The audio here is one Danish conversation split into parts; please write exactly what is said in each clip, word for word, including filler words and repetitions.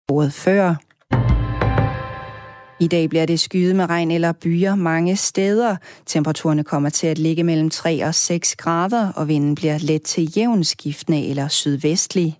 året før. I dag bliver det skyet med regn eller byer mange steder. Temperaturerne kommer til at ligge mellem tre og seks grader, og vinden bliver let til jævn skiftende eller sydvestlig.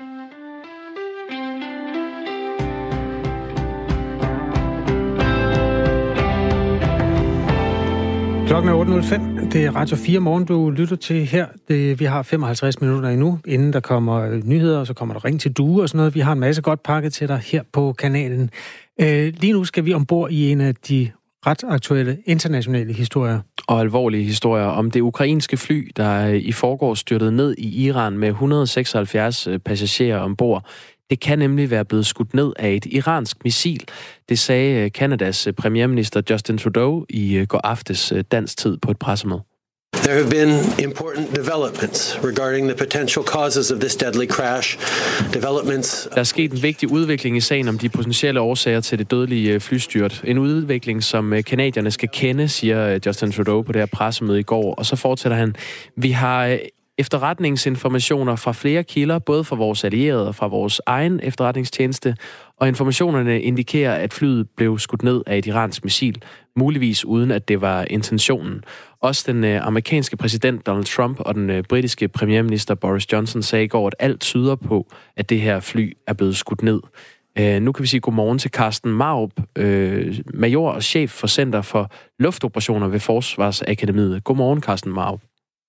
Klokken er otte nul fem. Det er Radio fire Morgen, du lytter til her. Det, vi har femoghalvtreds minutter endnu, inden der kommer nyheder, og så kommer der ring til due og sådan noget. Vi har en masse godt pakket til dig her på kanalen. Øh, lige nu skal vi ombord i en af de ret aktuelle internationale historier. Og alvorlige historier om det ukrainske fly, der i forgårs styrtede ned i Iran med et hundrede og seksoghalvfjerds passagerer ombord. Det kan nemlig være blevet skudt ned af et iransk missil. Det sagde Kanadas premierminister Justin Trudeau i går aftes dansk tid på et pressemøde. There have been important developments regarding the potential causes of this deadly crash. Developments. Der er sket en vigtig udvikling i sagen om de potentielle årsager til det dødelige flystyrt. En udvikling, som kanadierne skal kende, siger Justin Trudeau på det her pressemøde i går. Og så fortsætter han: Vi har efterretningsinformationer fra flere kilder, både fra vores allierede og fra vores egen efterretningstjeneste, og informationerne indikerer, at flyet blev skudt ned af et iransk missil, muligvis uden at det var intentionen. Også den amerikanske præsident Donald Trump og den britiske premierminister Boris Johnson sagde i går, at alt tyder på, at det her fly er blevet skudt ned. Uh, nu kan vi sige godmorgen til Carsten Marup, uh, major og chef for Center for Luftoperationer ved Forsvarsakademiet. Godmorgen, Carsten Marup.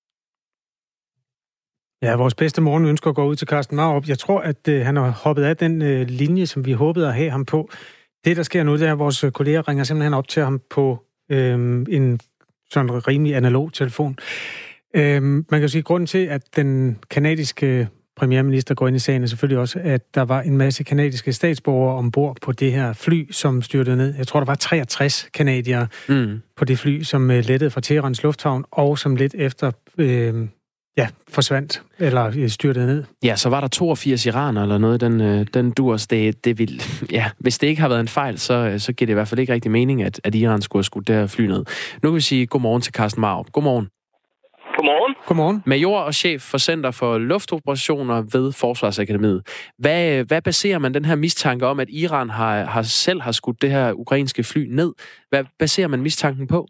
Ja, vores bedste morgenønsker går ud til Carsten Marup. Jeg tror, at øh, han har hoppet af den øh, linje, som vi håbede at have ham på. Det, der sker nu, det er, at vores kolleger ringer simpelthen op til ham på øh, en sådan rimelig analog telefon. Øh, man kan sige, at grunden til, at den kanadiske premierminister går ind i sagen, er selvfølgelig også, at der var en masse kanadiske statsborgere ombord på det her fly, som styrtede ned. Jeg tror, der var treogtres kanadiere mm. på det fly, som øh, lettede fra Teherans lufthavn, og som lidt efter... Øh, Ja, forsvandt, eller styrtede ned. Ja, så var der toogfirs iraner eller noget, den, den durs. Det, det vil, ja, hvis det ikke har været en fejl, så, så giver det i hvert fald ikke rigtig mening, at, at Iran skulle have skudt det her fly ned. Nu kan vi sige godmorgen til Carsten Marup. Godmorgen. Godmorgen. Godmorgen. Major og chef for Center for Luftoperationer ved Forsvarsakademiet. Hvad, hvad baserer man den her mistanke om, at Iran har, har selv har skudt det her ukrainske fly ned? Hvad baserer man mistanken på?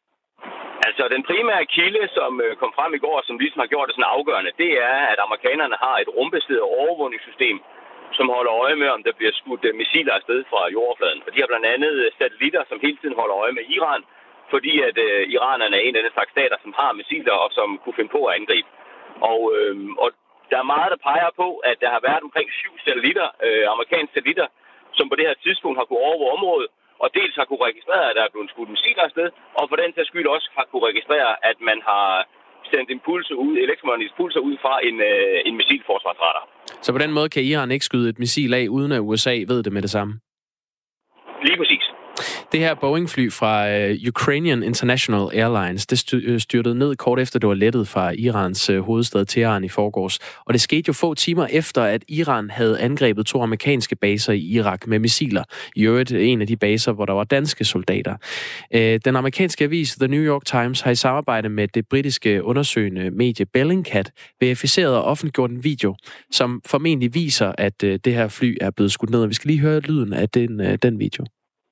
Altså, den primære kilde, som kom frem i går, som ligesom har gjort det sådan afgørende, det er, at amerikanerne har et rumbaseret overvågningssystem, som holder øje med, om der bliver skudt missiler afsted fra jordfladen. For de har blandt andet satellitter, som hele tiden holder øje med Iran, fordi at øh, iranerne er en af de slags stater, som har missiler og som kunne finde på at angribe. Og, øh, og der er meget, der peger på, at der har været omkring syv satellitter, øh, amerikanske satellitter, som på det her tidspunkt har kunnet overvåge området, og dels har kunne registrere, at der er blevet skudt missiler afsted, og for den sags skyld også har kunne registrere, at man har sendt impulser ud, elektromagnetiske pulser ud fra en, øh, en missilforsvarsradar. Så på den måde kan Iran ikke skyde et missil af, uden at U S A ved det med det samme? Lige præcis. Det her Boeing-fly fra uh, Ukrainian International Airlines, det styrtede ned kort efter, det var lettet fra Irans uh, hovedstad Teheran i forgårs. Og det skete jo få timer efter, at Iran havde angrebet to amerikanske baser i Irak med missiler. I øvrigt en af de baser, hvor der var danske soldater. Uh, den amerikanske avis The New York Times har i samarbejde med det britiske undersøgende medie Bellingcat verificeret og offentliggjort en video, som formentlig viser, at uh, det her fly er blevet skudt ned. Vi skal lige høre lyden af den, uh, den video.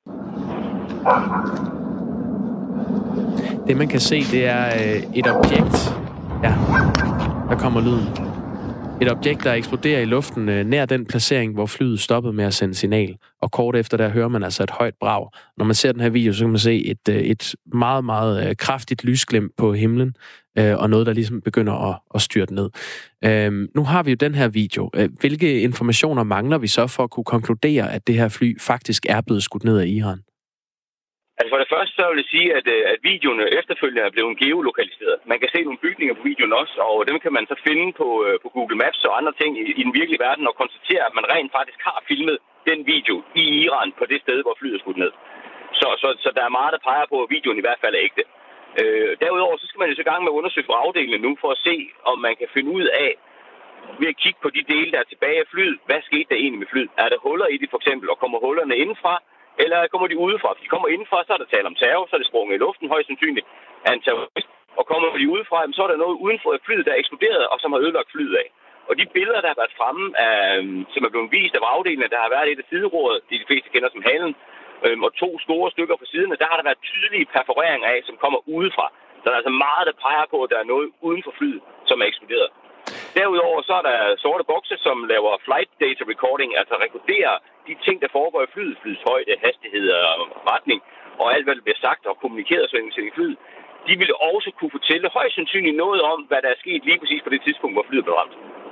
Det man kan se, det er øh, et objekt. Ja, der kommer lyden. Et objekt, der eksploderer i luften øh, nær den placering, hvor flyet stoppede med at sende signal. Og kort efter, der hører man altså et højt brag. Når man ser den her video, så kan man se et, øh, et meget, meget øh, kraftigt lysglimt på himlen, øh, og noget, der ligesom begynder at, at styrte ned. Øh, nu har vi jo den her video. Øh, hvilke informationer mangler vi så for at kunne konkludere, at det her fly faktisk er blevet skudt ned af Iran? Altså for det første, så vil jeg sige, at, at videoen efterfølgende er blevet geolokaliseret. Man kan se nogle bygninger på videoen også, og dem kan man så finde på, på Google Maps og andre ting i, i den virkelige verden, og konstatere, at man rent faktisk har filmet den video i Iran på det sted, hvor flyet er skudt ned. Så, så, så der er meget, der peger på, at videoen i hvert fald er ægte. Øh, derudover så skal man jo så i gang med at undersøge fra afdelingen nu, for at se, om man kan finde ud af, ved at kigge på de dele, der er tilbage af flyet, hvad skete der egentlig med flyet? Er der huller i det for eksempel, og kommer hullerne indenfra? Eller kommer de udefra? Hvis de kommer indenfra, så er der tale om terror, så er det sprunget i luften, højst sandsynligt af en terrorist. Og kommer de udefra, så er der noget udenfor flyet, der er eksploderet, og som har ødelagt flyet af. Og de billeder, der har været fremme, af, som er blevet vist af vragdelene, der har været et af siderådet, de de fleste kender som halen, øhm, og to store stykker på siderne, der har der været tydelige perforeringer af, som kommer udefra. Så der er altså meget, der peger på, at der er noget uden for flyet, som er eksploderet. Derudover så er der sorte bokse, som laver flight data recording, altså rekorderer de ting, der foregår i flyet, flyets højde, hastighed og retning, og alt, hvad der bliver sagt og kommunikeret så i flyet. De ville også kunne fortælle højst sandsynligt noget om, hvad der er sket lige præcis på det tidspunkt, hvor flyet blev ramt.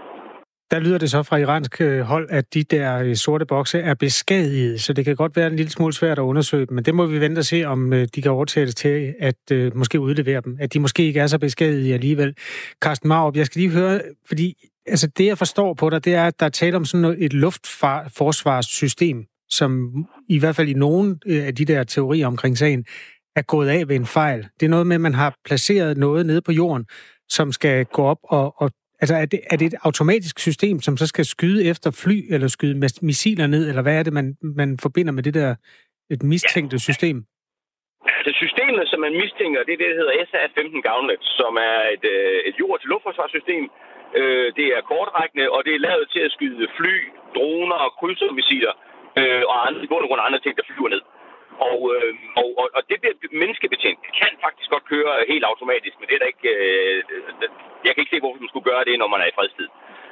Der lyder det så fra iransk hold, at de der sorte bokse er beskadigede, så det kan godt være en lille smule svært at undersøge dem, men det må vi vente og se, om de kan overtales til at uh, måske udlevere dem, at de måske ikke er så beskadigede alligevel. Carsten Marup, jeg skal lige høre, fordi altså, det jeg forstår på dig, det er, at der er tale om sådan et luftforsvarssystem, som i hvert fald i nogle af de der teorier omkring sagen, er gået af ved en fejl. Det er noget med, at man har placeret noget nede på jorden, som skal gå op og, og altså, er det, er det et automatisk system, som så skal skyde efter fly, eller skyde missiler ned, eller hvad er det, man, man forbinder med det der et mistænkte system? Altså, systemet, som man mistænker, det er det, der hedder S A femten Gauntlet, som er et, et jord-til-luftforsvarssystem. Det er kortrækkende, og det er lavet til at skyde fly, droner og krydsermissiler og andre, i bund og grund andre ting, der flyver ned. Og, øh, og, og det bliver menneskebetjent. Det kan faktisk godt køre helt automatisk, men det er der ikke... Øh, jeg kan ikke se, hvorfor man skulle gøre det, når man er i fredstid.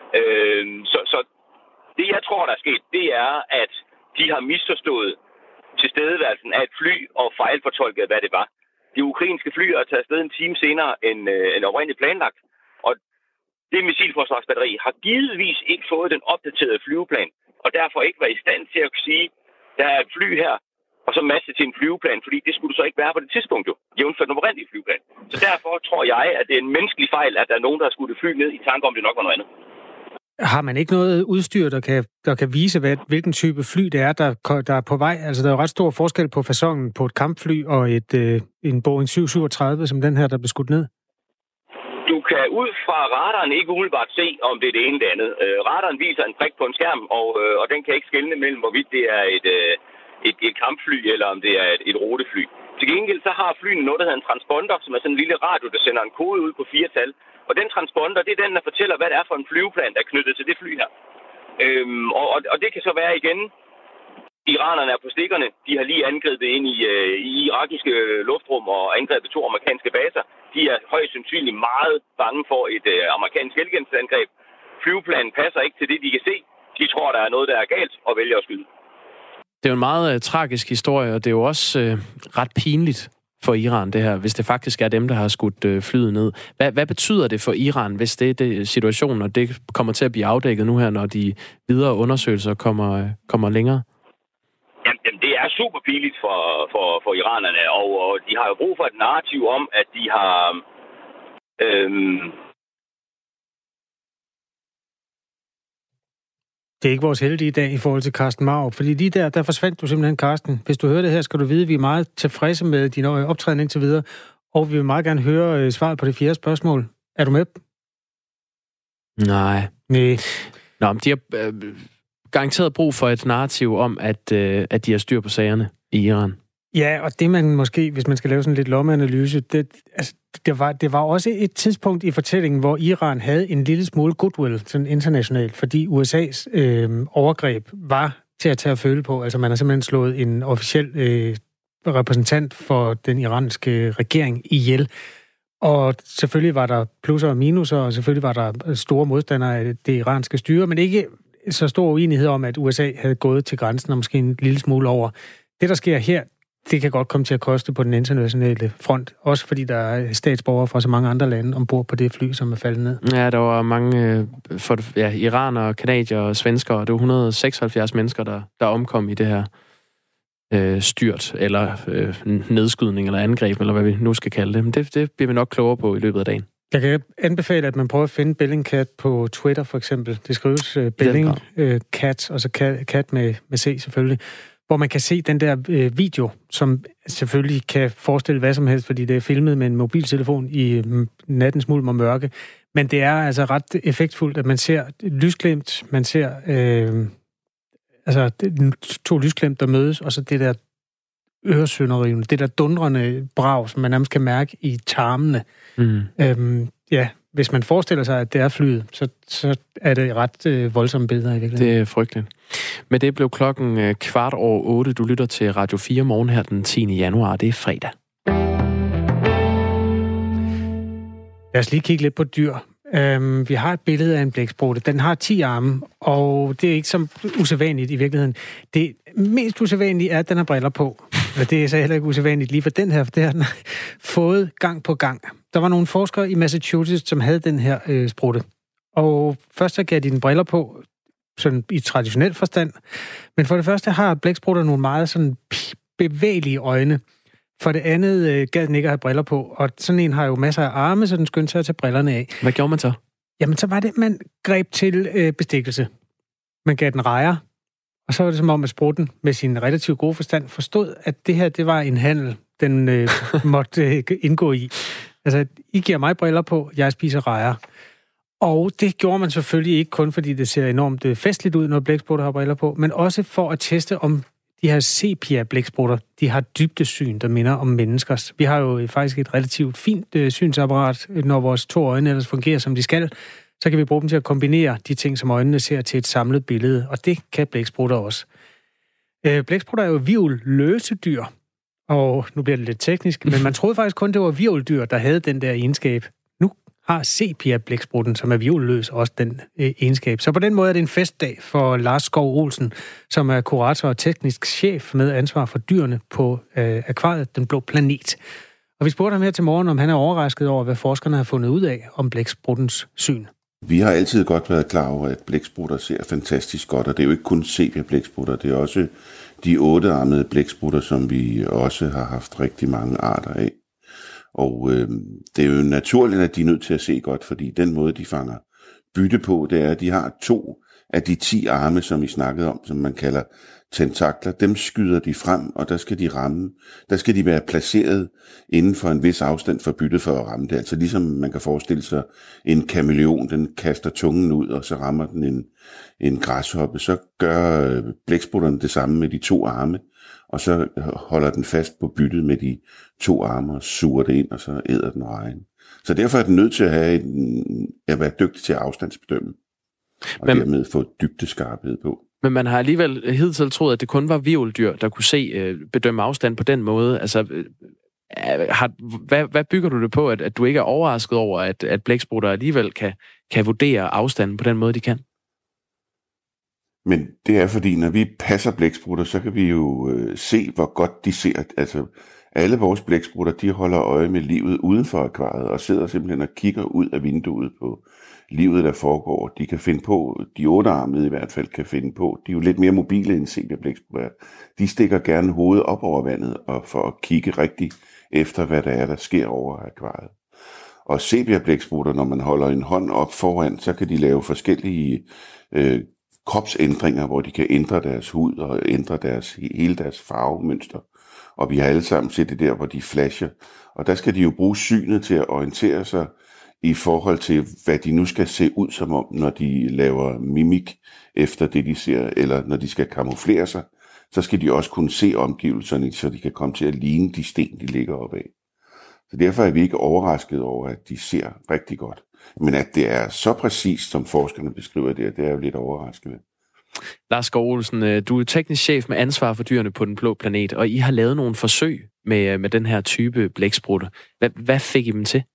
Øh, så, så det, jeg tror, der er sket, det er, at de har misforstået tilstedeværelsen af et fly og fejlfortolket, hvad det var. De ukrainske fly er taget afsted en time senere end, øh, end oprindeligt planlagt, og det missilforsvarsbatteri har givetvis ikke fået den opdaterede flyveplan, og derfor ikke været i stand til at sige, der er et fly her, og så masse til en flyveplan, fordi det skulle du så ikke være på det tidspunkt jo, jævnført den oprindelige flyveplan. Så derfor tror jeg, at det er en menneskelig fejl, at der er nogen, der har skudt et fly ned i tanke om, det nok var noget andet. Har man ikke noget udstyr, der kan, der kan vise, hvad, hvilken type fly det er, der, der er på vej? Altså, der er jo ret stor forskel på faconen på et kampfly og et, øh, en Boeing syv syvogtredive, som den her, der blev skudt ned. Du kan ud fra radaren ikke umiddelbart se, om det er det ene eller andet. Øh, radaren viser en prik på en skærm, og, øh, og den kan ikke skelne mellem, hvorvidt det er et... Øh, Et, et kampfly, eller om det er et, et rutefly. Til gengæld så har flyene noget, der hedder en transponder, som er sådan en lille radio, der sender en kode ud på fire tal. Og den transponder, det er den, der fortæller, hvad det er for en flyveplan, der er knyttet til det fly her. Øhm, og, og det kan så være igen, iranerne er på stikkerne. De har lige angrebet ind i, øh, i irakiske luftrum og angrebet to amerikanske baser. De er højst sandsynligt meget bange for et øh, amerikansk elgensangreb. Flyveplanen passer ikke til det, de kan se. De tror, der er noget, der er galt, og vælger at skyde. Det er jo en meget uh, tragisk historie, og det er jo også uh, ret pinligt for Iran, det her, hvis det faktisk er dem, der har skudt uh, flyet ned. Hvad, hvad betyder det for Iran, hvis det er det situation, og det kommer til at blive afdækket nu her, når de videre undersøgelser kommer, uh, kommer længere? Jamen, det er super pinligt for, for, for iranerne, og, og de har jo brug for et narrativ om, at de har... Øhm, Det er ikke vores heldige dag i forhold til Carsten Marup, fordi lige der, der forsvandt du simpelthen, Carsten. Hvis du hører det her, skal du vide, at vi er meget tilfredse med din optræden indtil videre, og vi vil meget gerne høre svaret på det fjerde spørgsmål. Er du med? Nej. Nej. Nå, men de har øh, garanteret brug for et narrativ om, at, øh, at de har styr på sagerne i Iran. Ja, og det man måske, hvis man skal lave sådan lidt lommeanalyse, det, altså, det, var, det var også et tidspunkt i fortællingen, hvor Iran havde en lille smule goodwill sådan internationalt, fordi U S A's øh, overgreb var til at tage at føle på. Altså man har simpelthen slået en officiel øh, repræsentant for den iranske regering ihjel. Og selvfølgelig var der plusser og minuser, og selvfølgelig var der store modstandere af det iranske styre, men ikke så stor uenighed om, at U S A havde gået til grænsen og måske en lille smule over. Det, der sker her, det kan godt komme til at koste på den internationale front, også fordi der er statsborgere fra så mange andre lande ombord på det fly, som er faldet ned. Ja, der var mange for, ja, iranere, kanadier og svenskere, og det var et hundrede og seksoghalvfjerds mennesker, der, der omkom i det her øh, styrt, eller øh, nedskydning, eller angreb, eller hvad vi nu skal kalde det. Men det, det bliver vi nok klogere på i løbet af dagen. Jeg kan anbefale, at man prøver at finde Bellingcat på Twitter, for eksempel. Det skrives uh, Bellingcat, og så cat med, med C selvfølgelig. Hvor man kan se den der øh, video, som selvfølgelig kan forestille hvad som helst, fordi det er filmet med en mobiltelefon i nattens mulm og mørke. Men det er altså ret effektfuldt, at man ser lysglimt, man ser øh, altså to lysglimt, der mødes, og så det der øresønderrivende, det der dundrende brag, som man nærmest kan mærke i tarmene. Mm. Øhm, ja, hvis man forestiller sig, at det er flyet, så, så er det ret øh, voldsomme billeder i virkeligheden. Det er frygteligt. Men det blev klokken øh, kvart over otte. Du lytter til Radio fire morgen her den tiende januar. Det er fredag. Lad os lige kigge lidt på dyr. Øhm, vi har et billede af en blæksprutte. Den har ti arme, og det er ikke så usædvanligt i virkeligheden. Det mest usædvanlige er, at den har briller på. Og det er så heller ikke usædvanligt lige for den her, for det har den fået gang på gang. Der var nogle forskere i Massachusetts, som havde den her øh, sprutte. Og først så gav de den briller på, sådan i traditionel forstand. Men for det første har blæksprutter nogle meget sådan bevægelige øjne. For det andet øh, gad den ikke at have briller på, og sådan en har jo masser af arme, så den skyndte sig at tage brillerne af. Hvad gjorde man så? Jamen, så var det, man greb til øh, bestikkelse. Man gav den rejer, og så var det som om, at sprutten med sin relativt gode forstand forstod, at det her, det var en handel, den øh, måtte øh, indgå i. Altså, I giver mig briller på, jeg spiser rejer. Og det gjorde man selvfølgelig ikke kun, fordi det ser enormt øh, festligt ud, når blæksprutter har briller på, men også for at teste, om de her sepia-blæksprutter, de har dybdesyn, der minder om menneskers. Vi har jo faktisk et relativt fint øh, synsapparat, når vores to øjne ellers fungerer, som de skal. Så kan vi bruge dem til at kombinere de ting, som øjnene ser, til et samlet billede, og det kan blæksprutter også. Øh, blæksprutter er jo hvirvelløse dyr, og nu bliver det lidt teknisk, men man troede faktisk kun, det var hvirveldyr, der havde den der egenskab. Nu har sepia-blæksprutten, som er hvirvelløs, også den øh, egenskab. Så på den måde er det en festdag for Lars Skov Olsen, som er kurator og teknisk chef med ansvar for dyrene på øh, akvariet Den Blå Planet. Og vi spurgte ham her til morgen, om han er overrasket over, hvad forskerne har fundet ud af om blækspruttens syn. Vi har altid godt været klar over, at blæksprutter ser fantastisk godt, og det er jo ikke kun sepia-blæksprutter, det er også de ottearmede blæksprutter, som vi også har haft rigtig mange arter af. Og øh, det er jo naturligt, at de er nødt til at se godt, fordi den måde, de fanger bytte på, det er, at de har to af de ti arme, som vi snakkede om, som man kalder tentakler. Dem skyder de frem, og der skal de ramme. Der skal de være placeret inden for en vis afstand for byttet for at ramme det. Altså ligesom man kan forestille sig en kameleon, den kaster tungen ud, og så rammer den en, en græshoppe. Så gør blæksprutterne det samme med de to arme, og så holder den fast på byttet med de to arme og suger det ind, og så æder den rejen. Så derfor er den nødt til at, have en, at være dygtig til at afstandsbedømme, og men, dermed få dybdeskarphed på. Men man har alligevel hidtil troet, at det kun var hvirveldyr, der kunne se øh, bedømme afstand på den måde. Altså, øh, har, hvad, hvad bygger du det på, at, at du ikke er overrasket over, at, at blæksprutter alligevel kan, kan vurdere afstanden på den måde, de kan? Men det er fordi, når vi passer blæksprutter, så kan vi jo øh, se, hvor godt de ser. Altså, alle vores blæksprutter, de holder øje med livet uden for akvariet, og sidder simpelthen og kigger ud af vinduet på livet, der foregår. De kan finde på, de ottearmede i hvert fald kan finde på, de er jo lidt mere mobile end sepia-blæksprutter. De stikker gerne hovedet op over vandet, og for at kigge rigtigt efter, hvad der er, der sker over akvariet. Og sepia-blæksprutter, når man holder en hånd op foran, så kan de lave forskellige øh, kropsændringer, hvor de kan ændre deres hud og ændre deres, hele deres farvemønster. Og vi har alle sammen set det der, hvor de flasher. Og der skal de jo bruge synet til at orientere sig i forhold til, hvad de nu skal se ud som om, når de laver mimik efter det, de ser, eller når de skal kamuflere sig, så skal de også kunne se omgivelserne, så de kan komme til at ligne de sten, de ligger op af. Så derfor er vi ikke overrasket over, at de ser rigtig godt. Men at det er så præcist, som forskerne beskriver det, det er jo lidt overraskende. Lars Skov Olsen, du er teknisk chef med ansvar for dyrene på Den Blå Planet, og I har lavet nogle forsøg med, med den her type blæksprutter. Hvad, hvad fik I dem til?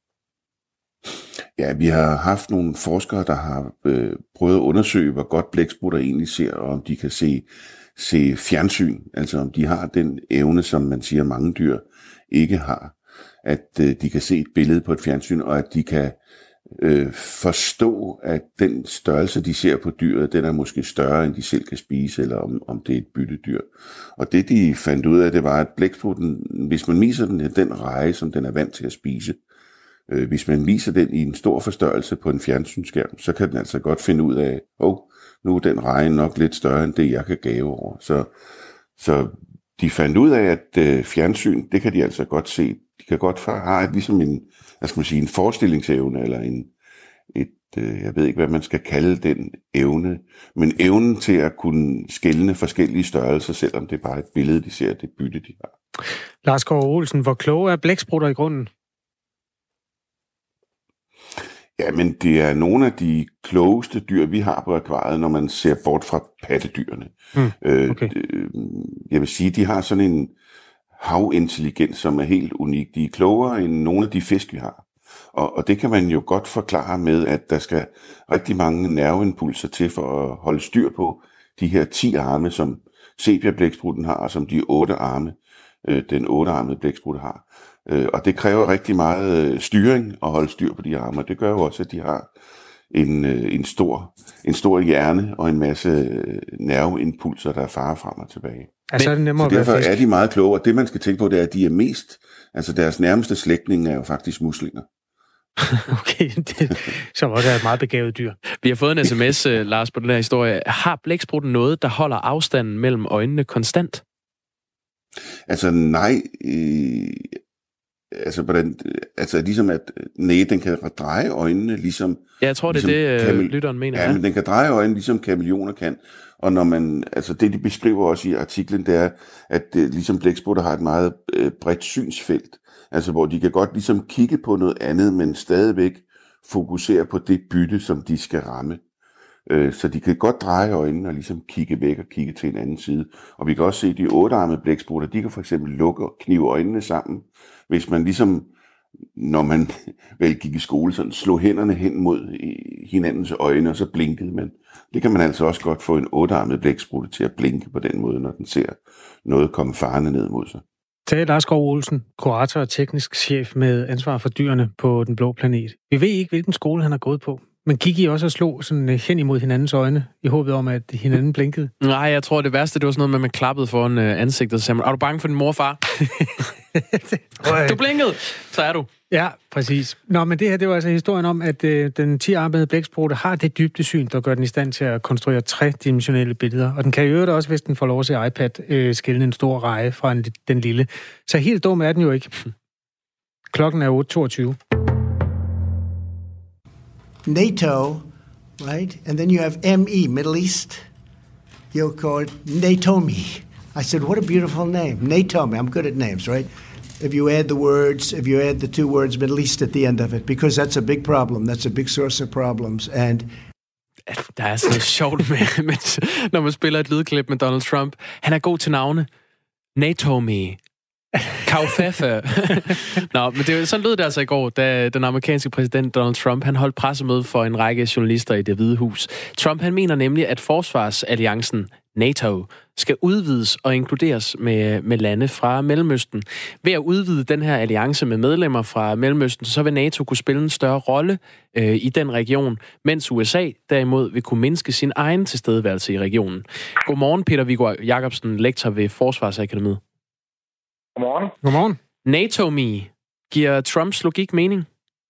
Ja, vi har haft nogle forskere, der har øh, prøvet at undersøge, hvor godt blæksprutter egentlig ser, og om de kan se, se fjernsyn, altså om de har den evne, som man siger, mange dyr ikke har, at øh, de kan se et billede på et fjernsyn, og at de kan øh, forstå, at den størrelse, de ser på dyret, den er måske større, end de selv kan spise, eller om, om det er et byttedyr. Og det, de fandt ud af, det var, at blæksprutten, hvis man viser den den reje, som den er vant til at spise, øh, hvis man viser den i en stor forstørrelse på en fjernsynsskærm, så kan den altså godt finde ud af, åh, oh, nu er den reje nok lidt større, end det, jeg kan gave over. Så, så de fandt ud af, at øh, fjernsyn, det kan de altså godt se. De kan godt have et, ligesom en, hvad skal man sige, en forestillingsevne, eller en, et, øh, jeg ved ikke, hvad man skal kalde den evne, men evnen til at kunne skelne forskellige størrelser, selvom det er bare et billede, de ser, det bytte, de har. Lars Skov Olsen, hvor kloge er blæksprutter i grunden? Ja, men det er nogle af de klogeste dyr, vi har på akvariet, når man ser bort fra pattedyrene. Mm, okay. øh, jeg vil sige, de har sådan en havintelligens, som er helt unik. De er klogere end nogle af de fisk, vi har. Og, og det kan man jo godt forklare med, at der skal rigtig mange nerveimpulser til for at holde styr på de her ti arme, som sepiablæksprutten har, og som de otte arme, øh, den ottearmede blæksprutte har. Øh, og det kræver rigtig meget øh, styring at holde styr på de arme, og det gør jo også, at de har en, øh, en, stor, en stor hjerne og en masse øh, nerveimpulser, der farer frem og tilbage. Altså, er det nemmere så derfor at være er de meget kloge, og det man skal tænke på, det er, at de er mest, altså deres nærmeste slægtning er jo faktisk muslinger. Okay, det, som også er et meget begavet dyr. Vi har fået en sms, uh, Lars, på den her historie. Har blæksprutten noget, der holder afstanden mellem øjnene konstant? Altså nej, øh, altså, hvordan, altså ligesom at, nej, den kan dreje øjnene ligesom... Ja, jeg tror, det ligesom er det, kamel- lytteren mener. Ja, ja, men den kan dreje øjnene ligesom kameleoner kan. Og når man, altså det de beskriver også i artiklen, det er, at det, ligesom blæksprutter har et meget øh, bredt synsfelt. Altså hvor de kan godt ligesom kigge på noget andet, men stadigvæk fokusere på det bytte, som de skal ramme. Øh, så de kan godt dreje øjnene og ligesom kigge væk og kigge til en anden side. Og vi kan også se, at de ottearmede blæksprutter, de kan for eksempel lukke og knive øjnene sammen. Hvis man ligesom, når man vel gik i skole, sådan slog hænderne hen mod hinandens øjne, og så blinkede man. Det kan man altså også godt få en ottearmet blæksprutte til at blinke på den måde, når den ser noget komme farende ned mod sig. Tage Lars Skov Olsen, kurator og teknisk chef med ansvar for dyrene på Den Blå Planet. Vi ved ikke, hvilken skole han har gået på. Men gik I også og slog sådan hen imod hinandens øjne, i håbet om, at hinanden blinkede? Nej, jeg tror, det værste, det var sådan noget med, at man klappede foran ansigtet og sagde, er du bange for din mor og far? Du blinkede, så er du. Ja, præcis. Nå, men det her, det var altså historien om, at øh, den ti-armede blæksprutte har det dybdesyn, der gør den i stand til at konstruere tredimensionelle billeder. Og den kan jo også, hvis den får lov til iPad, øh, skille en stor reje fra en, den lille. Så helt dum er den jo ikke. Klokken er otte toogtyve. NATO, right? And then you have M E, Middle East. You'll call it NATOME. I said, what a beautiful name. NATOME. I'm good at names, right? If you add the words, if you add the two words Middle East at the end of it, because that's a big problem. That's a big source of problems. And der er sådan noget sjovt med, med, når man spiller et lydklip med Donald Trump. Han er god til navne. NATOME. Kaufeffe. Nå, men det, sådan lød det altså i går, da den amerikanske præsident Donald Trump, han holdt pressemøde for en række journalister i Det Hvide Hus. Trump, han mener nemlig, at forsvarsalliancen NATO skal udvides og inkluderes med, med lande fra Mellemøsten. Ved at udvide den her alliance med medlemmer fra Mellemøsten, så vil NATO kunne spille en større rolle øh, i den region, mens U S A derimod vil kunne mindske sin egen tilstedeværelse i regionen. Godmorgen, Peter Viggo Jacobsen, lektor ved Forsvarsakademiet. Godmorgen. Godmorgen. NATO-me. Giver Trumps logik mening?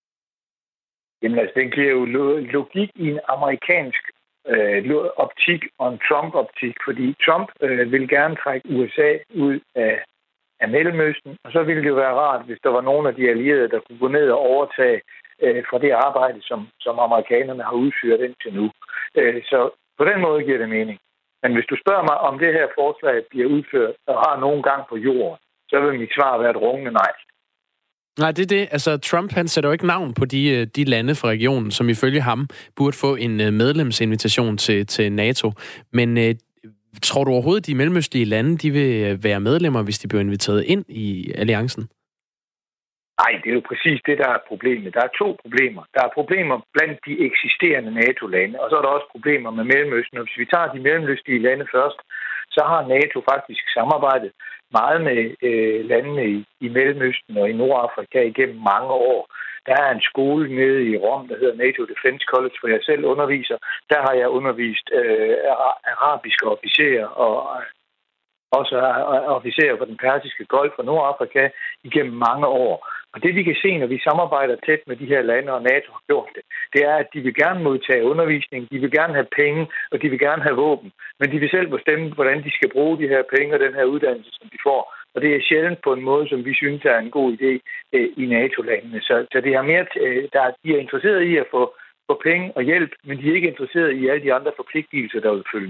Jamen altså, den giver jo logik i en amerikansk øh, optik og en Trump-optik, fordi Trump øh, vil gerne trække U S A ud af, af Mellemøsten, og så ville det jo være rart, hvis der var nogen af de allierede, der kunne gå ned og overtage øh, fra det arbejde, som, som amerikanerne har udført indtil nu. Øh, så på den måde giver det mening. Men hvis du spørger mig, om det her forslag bliver udført og har nogen gang på jorden, så vil mit svar være et rungende nej. Nej, det er det. Altså, Trump, han sætter jo ikke navn på de, de lande fra regionen, som ifølge ham burde få en medlemsinvitation til, til NATO. Men øh, tror du overhovedet, de mellemøstlige lande, de vil være medlemmer, hvis de bliver inviteret ind i alliancen? Nej, det er jo præcis det, der er problemet. Der er to problemer. Der er problemer blandt de eksisterende NATO-lande, og så er der også problemer med Mellemøsten. Og hvis vi tager de mellemøstlige lande først, så har NATO faktisk samarbejdet meget med øh, landene i, i Mellemøsten og i Nordafrika igennem mange år. Der er en skole nede i Rom, der hedder NATO Defense College, hvor jeg selv underviser. Der har jeg undervist øh, arabiske officerer og også officerer fra den persiske golf og Nordafrika igennem mange år. Og det vi kan se, når vi samarbejder tæt med de her lande, og NATO har gjort det, det er, at de vil gerne modtage undervisning, de vil gerne have penge, og de vil gerne have våben. Men de vil selv bestemme, hvordan de skal bruge de her penge og den her uddannelse, som de får. Og det er sjældent på en måde, som vi synes er en god idé øh, i NATO-landene. Så, så det er mere, øh, der, de er interesseret i at få, få penge og hjælp, men de er ikke interesseret i alle de andre forpligtelser, der vil følge med.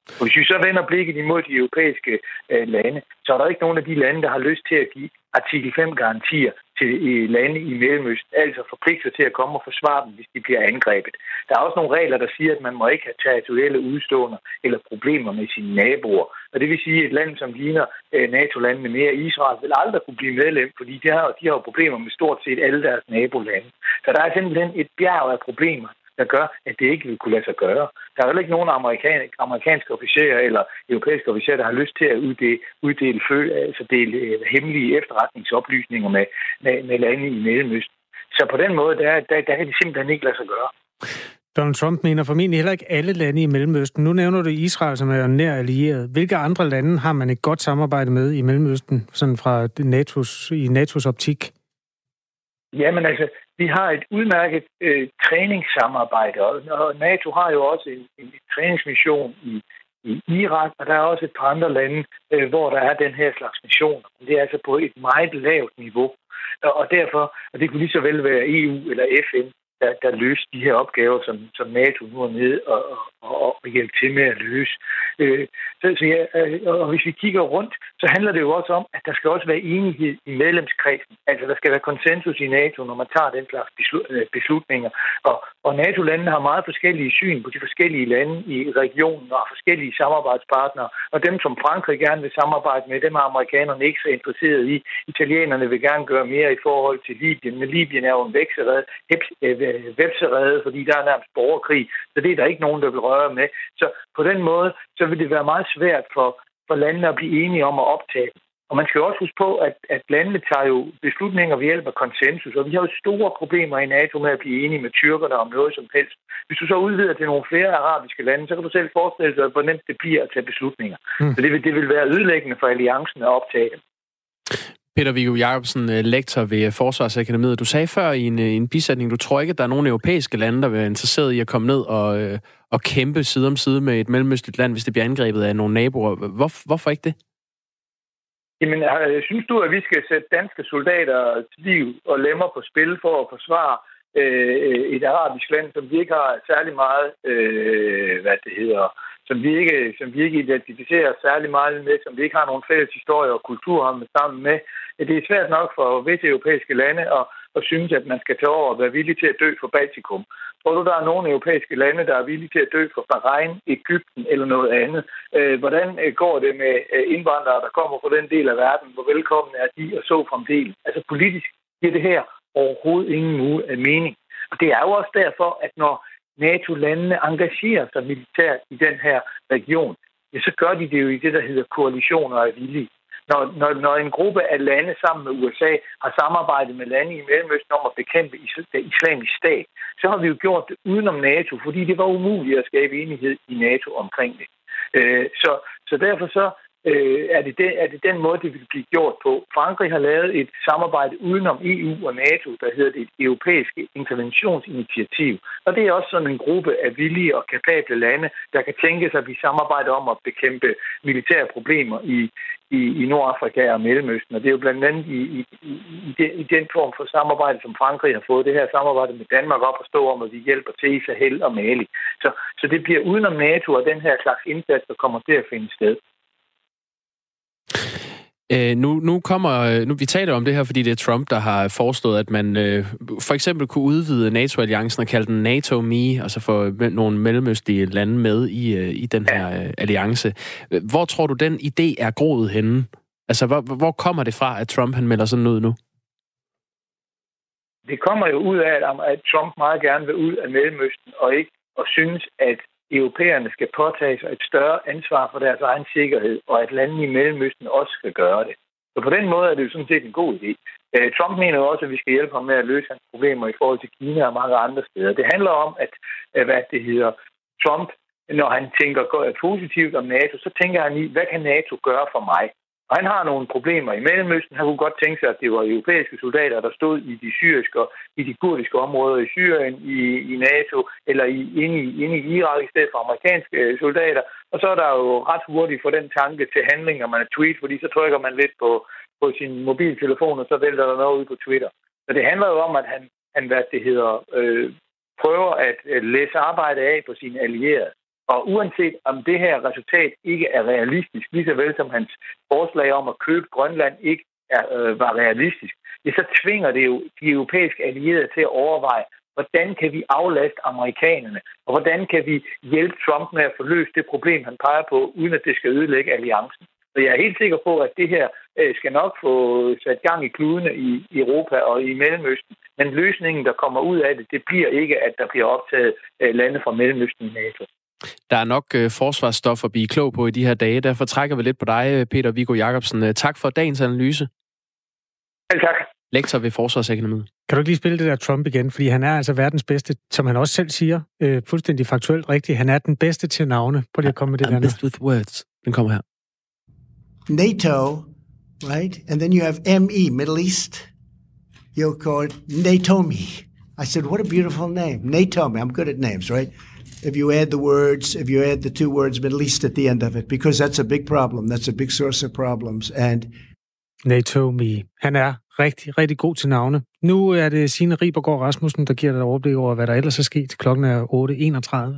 Og hvis vi så vender blikket imod de europæiske øh, lande, så er der ikke nogen af de lande, der har lyst til at give artikel fem-garantier til øh, lande i Mellemøsten, altså forpligter til at komme og forsvare dem, hvis de bliver angrebet. Der er også nogle regler, der siger, at man må ikke have territorielle udstående eller problemer med sine naboer. Og det vil sige, at et land, som ligner øh, NATO-landene mere, Israel, vil aldrig kunne blive medlem, fordi de har, de har jo problemer med stort set alle deres nabolande. Så der er simpelthen et bjerg af problemer, der gør, at det ikke vil kunne lade sig gøre. Der er heller ikke nogen amerikan- amerikanske officerer eller europæiske officerer, der har lyst til at uddele, uddele altså dele hemmelige efterretningsoplysninger med, med, med lande i Mellemøsten. Så på den måde, der, der, der kan det simpelthen ikke lade sig gøre. Donald Trump mener formentlig heller ikke alle lande i Mellemøsten. Nu nævner du Israel, som er nær allieret. Hvilke andre lande har man et godt samarbejde med i Mellemøsten, sådan fra NATO's, i NATO's optik? Jamen altså, vi har et udmærket øh, træningssamarbejde, og, og NATO har jo også en, en træningsmission i, i Irak, og der er også et par andre lande, øh, hvor der er den her slags missioner. Det er altså på et meget lavt niveau, og, og derfor, og det kunne lige så vel være E U eller F N, der, der løser de her opgaver, som, som NATO nu er nede og, og, og hjælpe til med at løse. Øh, så, så ja, og hvis vi kigger rundt, så handler det jo også om, at der skal også være enighed i medlemskredsen. Altså, der skal være konsensus i NATO, når man tager den slags beslutninger. Og, og NATO-landene har meget forskellige syn på de forskellige lande i regionen og forskellige samarbejdspartnere. Og dem, som Frankrig gerne vil samarbejde med, dem er amerikanerne ikke så interesseret i. Italienerne vil gerne gøre mere i forhold til Libyen, men Libyen er jo en vækserede, vepserede, fordi der er nærmest borgerkrig. Så det er der ikke nogen, der vil røre med. Så på den måde, så vil det være meget svært for, for landene at blive enige om at optage dem. Og man skal jo også huske på, at, at landene tager jo beslutninger ved hjælp af konsensus, og vi har jo store problemer i NATO med at blive enige med tyrkerne om noget som helst. Hvis du så udvider til nogle flere arabiske lande, så kan du selv forestille dig, hvor nemt det bliver at tage beslutninger. Mm. Så det vil, det vil være ødelæggende for alliancen at optage dem. Peter Viggo Jacobsen, lektor ved Forsvarsakademiet. Du sagde før i en, en bisætning, du tror ikke, at der er nogen europæiske lande, der vil være interesseret i at komme ned og, og kæmpe side om side med et mellemøstligt land, hvis det bliver angrebet af nogle naboer. Hvor, hvorfor ikke det? Jamen, synes du, at vi skal sætte danske soldater til liv og lemmer på spil for at forsvare øh, et arabisk land, som vi ikke har særlig meget, øh, hvad det hedder, som vi ikke, som vi ikke identificerer særlig meget med, som vi ikke har nogen fælles historie og kultur med sammen med. Det er svært nok for visse europæiske lande at, at synes, at man skal tage over og være villig til at dø for Baltikum. Tror du, der er nogle europæiske lande, der er villige til at dø for Bahrain, Egypten eller noget andet? Hvordan går det med indvandrere, der kommer fra den del af verden? Hvor velkomne er de og så fremdeles? Altså politisk giver det her overhovedet ingen mening. Og det er jo også derfor, at når NATO-landene engagerer sig militært i den her region, ja, så gør de det jo i det, der hedder koalitioner af villige. Når, når, når en gruppe af lande sammen med U S A har samarbejdet med lande i Mellemøsten om at bekæmpe islamisk stat, så har vi jo gjort det udenom NATO, fordi det var umuligt at skabe enighed i NATO omkring det. Øh, så, så derfor så øh, er, det den, er det den måde, det vil blive gjort på. Frankrig har lavet et samarbejde udenom E U og NATO, der hedder det europæiske interventionsinitiativ. Og det er også sådan en gruppe af villige og kapable lande, der kan tænke sig, at vi samarbejder om at bekæmpe militære problemer i I, i Nordafrika og Mellemøsten, og det er jo blandt andet i, i, i, den, i den form for samarbejde, som Frankrig har fået det her samarbejde med Danmark op at stå om, at vi hjælper til i Sahel og Mali. Så, så det bliver udenom NATO og den her slags indsats, der kommer til at finde sted. Øh, nu, nu kommer, nu, vi taler om det her, fordi det er Trump, der har foreslået, at man øh, for eksempel kunne udvide NATO-alliancen og kalde den NATO Me, altså få nogle mellemøstlige lande med i, øh, i den her øh, alliance. Hvor tror du, den idé er groet henne? Altså, hvor, hvor kommer det fra, at Trump han melder sådan ud nu? Det kommer jo ud af, at Trump meget gerne vil ud af Mellemøsten, og ikke og synes, at europæerne skal påtage sig et større ansvar for deres egen sikkerhed, og at landene i Mellemøsten også skal gøre det. Så på den måde er det jo sådan set en god idé. Trump mener jo også, at vi skal hjælpe ham med at løse hans problemer i forhold til Kina og mange andre steder. Det handler om, at hvad det hedder, Trump, når han tænker positivt om NATO, så tænker han i, hvad kan NATO gøre for mig? Og han har nogle problemer i Mellemøsten. Han kunne godt tænke sig, at det var europæiske soldater, der stod i de syriske og i de kurdiske områder i Syrien, i, i NATO, eller i, inde, i, inde i Irak i stedet for amerikanske soldater. Og så er der jo ret hurtigt for den tanke til handling, når man er tweet, fordi så trykker man lidt på, på sin mobiltelefon, og så vælter der noget ud på Twitter. Så det handler jo om, at han, han hvad det hedder, øh, prøver at læse arbejde af på sine allierede. Og uanset om det her resultat ikke er realistisk, lige så vel som hans forslag om at købe Grønland ikke er, øh, var realistisk, ja, så tvinger det jo de europæiske allierede til at overveje, hvordan kan vi aflaste amerikanerne, og hvordan kan vi hjælpe Trump med at få løst det problem, han peger på, uden at det skal ødelægge alliancen. Så jeg er helt sikker på, at det her øh, skal nok få sat gang i kludene i, i Europa og i Mellemøsten. Men løsningen, der kommer ud af det, det bliver ikke, at der bliver optaget øh, lande fra Mellemøsten i NATO. Der er nok øh, forsvarsstof at blive klog på i de her dage. Derfor trækker vi lidt på dig, Peter Viggo Jacobsen. Tak for dagens analyse. Vel, tak. Lektor ved Forsvarsakademiet. Kan du ikke lige spille det der Trump igen? Fordi han er altså verdens bedste, som han også selv siger, øh, fuldstændig faktuelt rigtigt. Han er den bedste til navne. Prøv lige at komme med det I'm der best with words. Den kommer her. NATO, right? And then you have M E, Middle East. You'll call it NATOME. I said, what a beautiful name. NATOME. I'm good at names, right? If you add the words, if you add the two words Middle East at the end of it, because that's a big problem. That's a big source of problems. And NATOME. Han er rigtig, rigtig god til navne. Nu er det Signe Ribergaard Rasmussen, der giver dig et overblik over, hvad der ellers er sket. Klokken er otte enogtredive.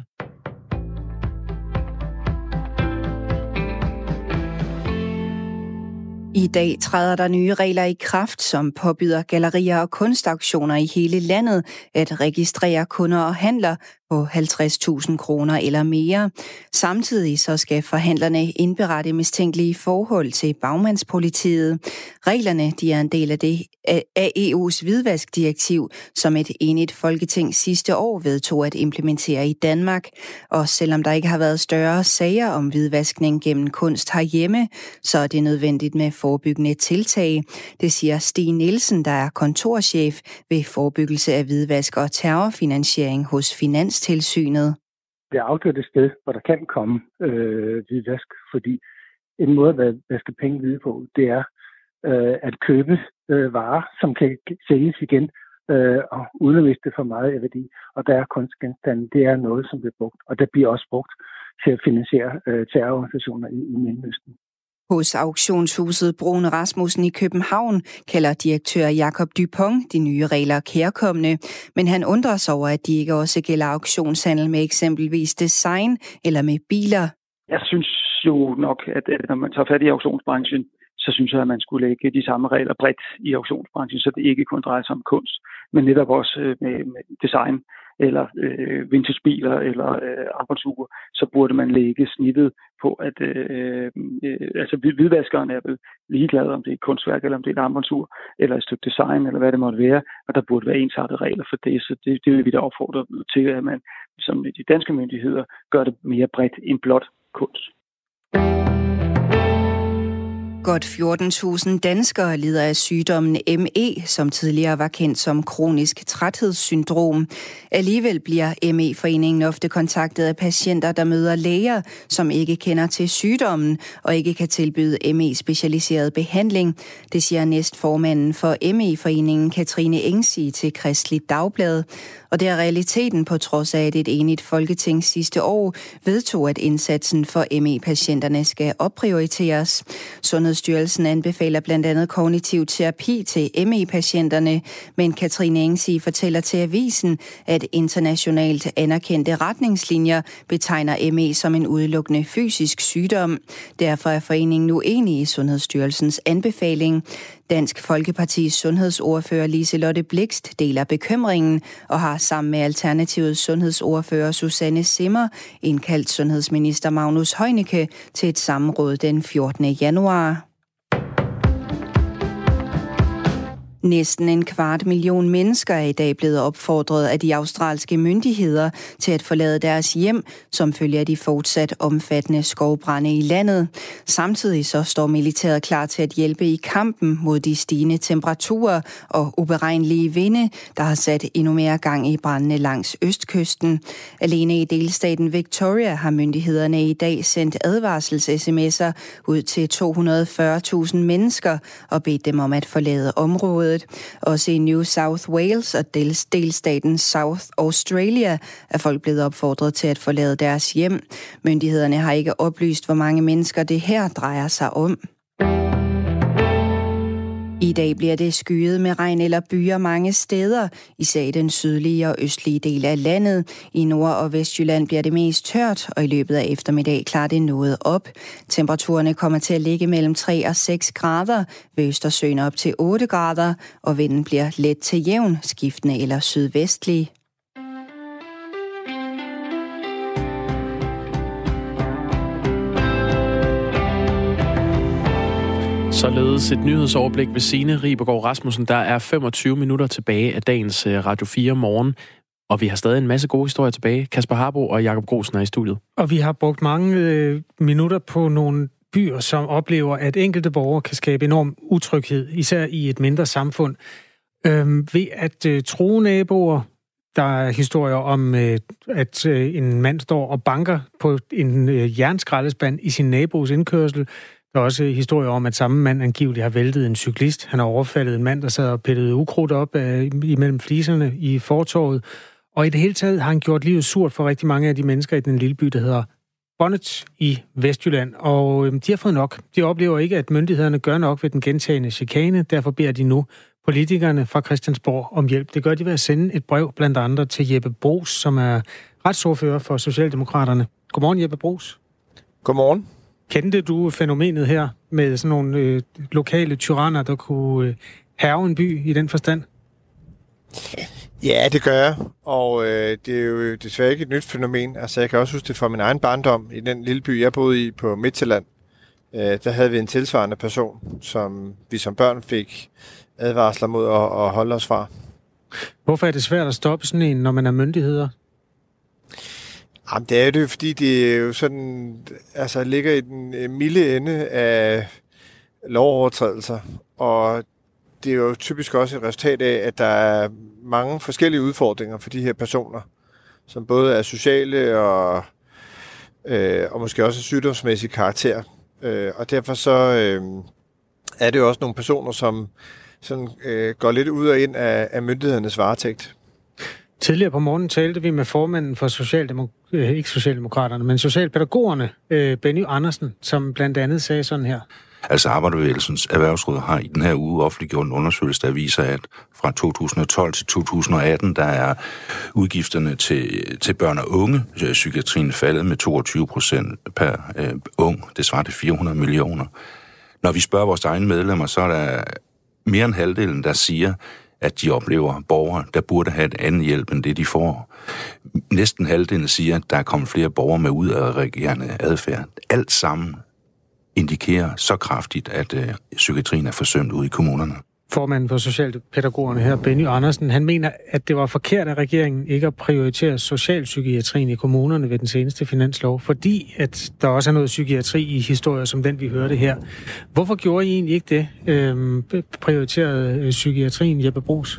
I dag træder der nye regler i kraft, som påbyder gallerier og kunstauktioner i hele landet at registrere kunder og handler på halvtreds tusind kroner eller mere. Samtidig så skal forhandlerne indberette mistænkelige forhold til bagmandspolitiet. Reglerne de er en del af, det, af E U's hvidvaskdirektiv, som et enigt folketing sidste år vedtog at implementere i Danmark. Og selvom der ikke har været større sager om hvidvaskning gennem kunst herhjemme, så er det nødvendigt med forebyggende tiltag. Det siger Stig Nielsen, der er kontorchef ved forebyggelse af hvidvask og terrorfinansiering hos Finanstilsynet. Det er afgjort et sted, hvor der kan komme øh, hvidvask, fordi en måde at vaske penge hvide på, det er øh, at købe øh, varer, som kan sælges igen, øh, og uden at miste for meget af værdi. Og der er kunstgenstande, det er noget, som bliver brugt, og der bliver også brugt til at finansiere øh, terrororganisationer i, i Mellemøsten. Hos auktionshuset Brune Rasmussen i København kalder direktør Jakob Dupont de nye regler kærkomne, men han undrer sig over, at de ikke også gælder auktionshandel med eksempelvis design eller med biler. Jeg synes jo nok, at når man tager fat i auktionsbranchen, så synes jeg, at man skulle lægge de samme regler bredt i auktionsbranchen, så det ikke kun drejer sig om kunst, men netop også med, med design eller øh, vintagebiler eller øh, arbejdsure, så burde man lægge snittet på, at øh, øh, altså hvidvaskeren er vel ligeglad, om det er et kunstværk, eller om det er et armbåndsur, eller et stykke design, eller hvad det måtte være, og der burde være ensartede regler for det, så det, det vil vi da opfordre til, at man som de danske myndigheder gør det mere bredt end blot kunst. Godt fjorten tusind danskere lider af sygdommen M E, som tidligere var kendt som kronisk træthedssyndrom. Alligevel bliver M E-foreningen ofte kontaktet af patienter, der møder læger, som ikke kender til sygdommen og ikke kan tilbyde M E-specialiseret behandling. Det siger næstformanden for M E-foreningen Katrine Engsig til Kristeligt Dagblad. Og det er realiteten på trods af, at et enigt folketing sidste år vedtog, at indsatsen for M E-patienterne skal opprioriteres. Sundhedsstyrelsen anbefaler blandt andet kognitiv terapi til M E-patienterne, men Katrine Engsig fortæller til avisen, at internationalt anerkendte retningslinjer betegner M E som en udelukkende fysisk sygdom. Derfor er foreningen nu enig i Sundhedsstyrelsens anbefaling. Dansk Folkepartis sundhedsordfører Liselotte Blixt deler bekymringen og har sammen med Alternativets sundhedsordfører Susanne Zimmer indkaldt sundhedsminister Magnus Heunicke til et samråd den fjortende januar. Næsten en kvart million mennesker er i dag blevet opfordret af de australske myndigheder til at forlade deres hjem, som følger de fortsat omfattende skovbrande i landet. Samtidig så står militæret klar til at hjælpe i kampen mod de stigende temperaturer og uberegnelige vinde, der har sat endnu mere gang i brandene langs østkysten. Alene i delstaten Victoria har myndighederne i dag sendt advarsels-sms'er ud til to hundrede og fyrre tusind mennesker og bedt dem om at forlade området. Også i New South Wales og delstaten South Australia er folk blevet opfordret til at forlade deres hjem. Myndighederne har ikke oplyst, hvor mange mennesker det her drejer sig om. I dag bliver det skyet med regn eller byer mange steder, især i den sydlige og østlige del af landet. I Nord- og Vestjylland bliver det mest tørt, og i løbet af eftermiddag klarer det noget op. Temperaturerne kommer til at ligge mellem tre og seks grader, ved Østersøen op til otte grader, og vinden bliver let til jævn, skiftende eller sydvestlig. Således et nyhedsoverblik ved Signe Ribergaard Rasmussen. Der er femogtyve minutter tilbage af dagens Radio fire morgen, og vi har stadig en masse gode historier tilbage. Kasper Harbo og Jakob Grosen er i studiet. Og vi har brugt mange øh, minutter på nogle byer, som oplever, at enkelte borgere kan skabe enorm utryghed, især i et mindre samfund, øh, ved at øh, true naboer. Der er historier om, øh, at øh, en mand står og banker på en øh, jernskraldespand i sin nabos indkørsel. Der er også historier om, at samme mand angiveligt har væltet en cyklist. Han har overfaldet en mand, der sad og pillede ukrudt op af, imellem fliserne i fortovet. Og i det hele taget har han gjort livet surt for rigtig mange af de mennesker i den lille by, der hedder Bonnet i Vestjylland. Og de har fået nok. De oplever ikke, at myndighederne gør nok ved den gentagne chikane. Derfor beder de nu politikerne fra Christiansborg om hjælp. Det gør de ved at sende et brev blandt andre til Jeppe Bruus, som er retsordfører for Socialdemokraterne. Godmorgen, Jeppe Bruus. Godmorgen. Kendte du fænomenet her med sådan nogle øh, lokale tyranner, der kunne øh, hærge en by i den forstand? Ja, det gør jeg, og øh, det er jo desværre ikke et nyt fænomen. Altså, jeg kan også huske det fra min egen barndom i den lille by, jeg boede i på Midtjylland. Øh, der havde vi en tilsvarende person, som vi som børn fik advarsler mod at, at holde os fra. Hvorfor er det svært at stoppe sådan en, når man er myndigheder? Jamen, det er jo det, fordi det er jo sådan, altså ligger i den milde ende af lovovertrædelser, og det er jo typisk også et resultat af, at der er mange forskellige udfordringer for de her personer, som både er sociale og, øh, og måske også sygdomsmæssige karakter. Øh, og derfor så øh, er det jo også nogle personer, som sådan, øh, går lidt ud og ind af, af myndighedernes varetægt. Tidligere på morgenen talte vi med formanden for Socialdemok- øh, ikke Socialdemokraterne, men Socialpædagogerne, øh, Benny Andersen, som blandt andet sagde sådan her. Altså Arbejderbevægelsens Erhvervsråd har i den her uge offentliggjort en undersøgelse, der viser, at fra to tusind og tolv til to tusind og atten, der er udgifterne til, til børn og unge, psykiatrien faldet med toogtyve procent per øh, ung. Det svarer til fire hundrede millioner. Når vi spørger vores egne medlemmer, så er der mere end halvdelen, der siger, at de oplever borgere, der burde have et andet hjælp end det, de får. Næsten halvdelen siger, at der er kommet flere borgere med udadreagerende adfærd. Alt sammen indikerer så kraftigt, at øh, psykiatrien er forsømt ude i kommunerne. Formanden for Socialpædagogerne her, Benny Andersen, han mener, at det var forkert af regeringen ikke at prioritere socialpsykiatrien i kommunerne ved den seneste finanslov, fordi at der også er noget psykiatri i historier som den, vi hørte her. Hvorfor gjorde I egentlig ikke det? Øhm, prioriterede psykiatrien, Jeppe Bruus?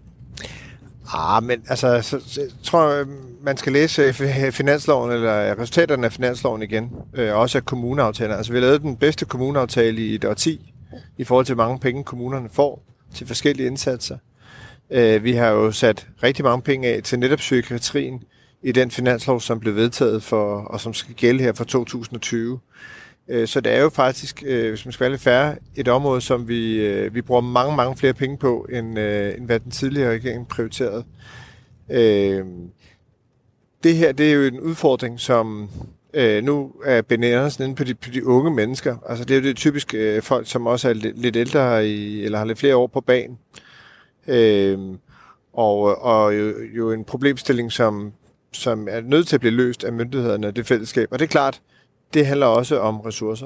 Ah, men altså, så, så, jeg tror, man skal læse finansloven, eller resultaterne af finansloven igen, øh, også af kommuneaftaler. Altså, vi har lavet den bedste kommuneaftale i et årti, i forhold til, hvor mange penge kommunerne får til forskellige indsatser. Øh, vi har jo sat rigtig mange penge af til netop psykiatrien i den finanslov, som blev vedtaget for, og som skal gælde her for to tusind og tyve. Øh, så det er jo faktisk, øh, hvis man skal være lidt færre, et område, som vi, øh, vi bruger mange, mange flere penge på, end, øh, end hvad den tidligere regering prioriterede. Øh, det her, det er jo en udfordring, som øh, nu er Benny Andersen inde på de, på de unge mennesker. Altså det er jo det typisk øh, folk, som også er lidt, lidt ældre i, eller har lidt flere år på banen. Øh, og og jo, jo en problemstilling, som, som er nødt til at blive løst af myndighederne og det fællesskab. Og det er klart, det handler også om ressourcer.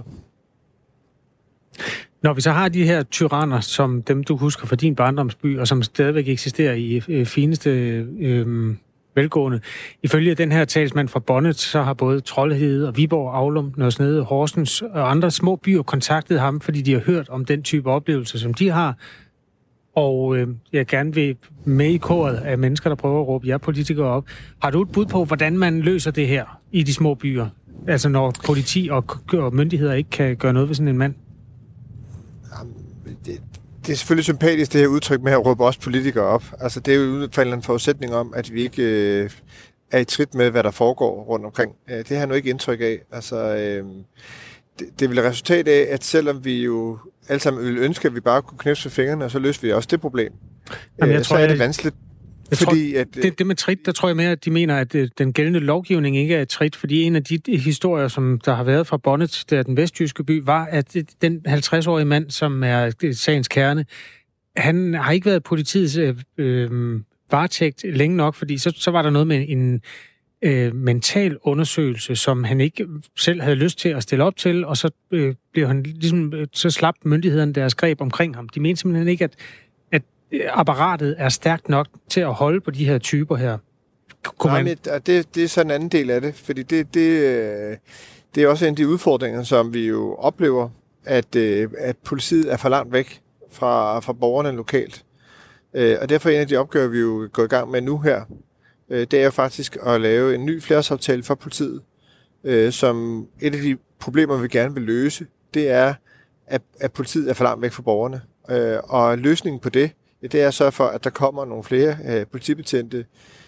Når vi så har de her tyranner, som dem du husker fra din barndomsby, og som stadigvæk eksisterer i øh, fineste øh, velgående. Ifølge den her talsmand fra Bonnet, så har både Troldhede og Viborg, Aulum, Nørresnede, Horsens og andre små byer kontaktet ham, fordi de har hørt om den type oplevelser, som de har. Og øh, jeg gerne vil med i koret af mennesker, der prøver at råbe jer politikere op. Har du et bud på, hvordan man løser det her i de små byer? Altså når politi og, og myndigheder ikke kan gøre noget ved sådan en mand? Jamen, det, det er selvfølgelig sympatisk, det her udtryk med at råbe os politikere op. Altså det er jo ud fra en eller anden forudsætning om, at vi ikke øh, er i trit med, hvad der foregår rundt omkring. Det har jeg nu ikke indtryk af. Altså, øh, det, det vil resultat af, at selvom vi jo alle sammen ville ønske, at vi bare kunne knipse fingrene, og så løser vi også det problem. Jamen, jeg øh, tror, så er det jeg, vanskeligt. Jeg fordi, tror, at, det, det med trit, der tror jeg mere, at de mener, at den gældende lovgivning ikke er et trit, fordi en af de historier, som der har været fra Bonnet, der den vestjyske by, var, at den halvtreds-årige mand, som er sagens kerne, han har ikke været politiets øh, øh, varetægt længe nok, fordi så, så var der noget med en øh, mental undersøgelse, som han ikke selv havde lyst til at stille op til, og så øh, blev han ligesom, så slap myndighederne deres greb omkring ham. De mente simpelthen ikke, at, at apparatet er stærkt nok til at holde på de her typer her. Kunne Nej, man... men det, det er så en anden del af det, fordi det, det, det er også en af de udfordringer, som vi jo oplever, at, at politiet er for langt væk fra, fra borgerne lokalt. Og derfor er en af de opgaver, vi jo går i gang med nu her, det er jo faktisk at lave en ny flerårsaftale for politiet, som et af de problemer, vi gerne vil løse, det er, at, at politiet er for langt væk fra borgerne. Og løsningen på det, det er at sørge for, at der kommer nogle flere politibetjente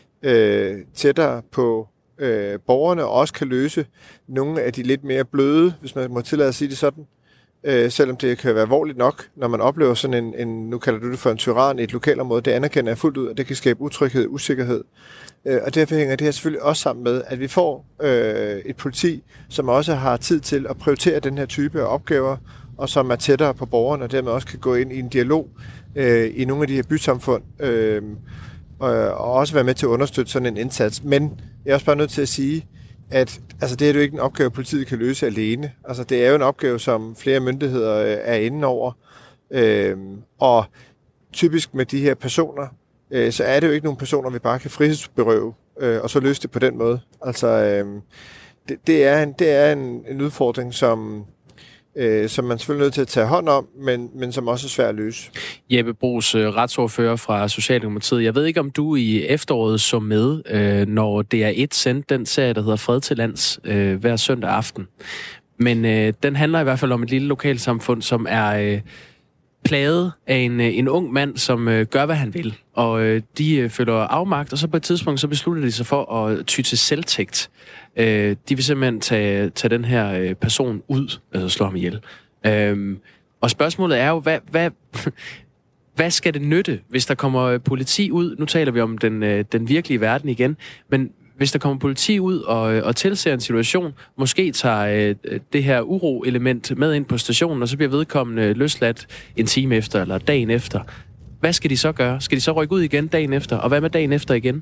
tættere på borgerne, og også kan løse nogle af de lidt mere bløde, hvis man må tillade at sige det sådan, Øh, selvom det kan være alvorligt nok, når man oplever sådan en, en, nu kalder du det for en tyran i et lokalområde, det anerkender jeg fuldt ud, at det kan skabe utryghed og usikkerhed. Øh, og derfor hænger det her selvfølgelig også sammen med, at vi får øh, et politi, som også har tid til at prioritere den her type af opgaver, og som er tættere på borgerne, og dermed også kan gå ind i en dialog øh, i nogle af de her bysamfund, øh, og, og også være med til at understøtte sådan en indsats. Men jeg er også bare nødt til at sige, at altså, det er jo ikke en opgave, politiet kan løse alene. Altså, det er jo en opgave, som flere myndigheder øh, er inde over. Øh, og typisk med de her personer, øh, så er det jo ikke nogle personer, vi bare kan frihedsberøve, øh, og så løse det på den måde. Altså, øh, det, det er, en, det er en, en udfordring, som, øh, som man selvfølgelig er nødt til at tage hånd om, men, men som også er svært at løse. Jeppe Bruus, retsordfører fra Socialdemokratiet. Jeg ved ikke, om du i efteråret så med, øh, når D R et sendte den serie, der hedder Fred til lands, øh, hver søndag aften. Men øh, den handler i hvert fald om et lille lokalsamfund, som er øh, plaget af en, en ung mand, som øh, gør, hvad han vil. Og øh, de øh, føler afmagt, og så på et tidspunkt, så beslutter de sig for at ty til selvtægt. Øh, de vil simpelthen tage, tage den her øh, person ud, altså slå ham ihjel. Øh, og spørgsmålet er jo, hvad, hvad, hvad skal det nytte, hvis der kommer politi ud? Nu taler vi om den, øh, den virkelige verden igen, men hvis der kommer politi ud og, og tilser en situation, måske tager øh, det her uro-element med ind på stationen, og så bliver vedkommende løsladt en time efter eller dagen efter. Hvad skal de så gøre? Skal de så rykke ud igen dagen efter? Og hvad med dagen efter igen?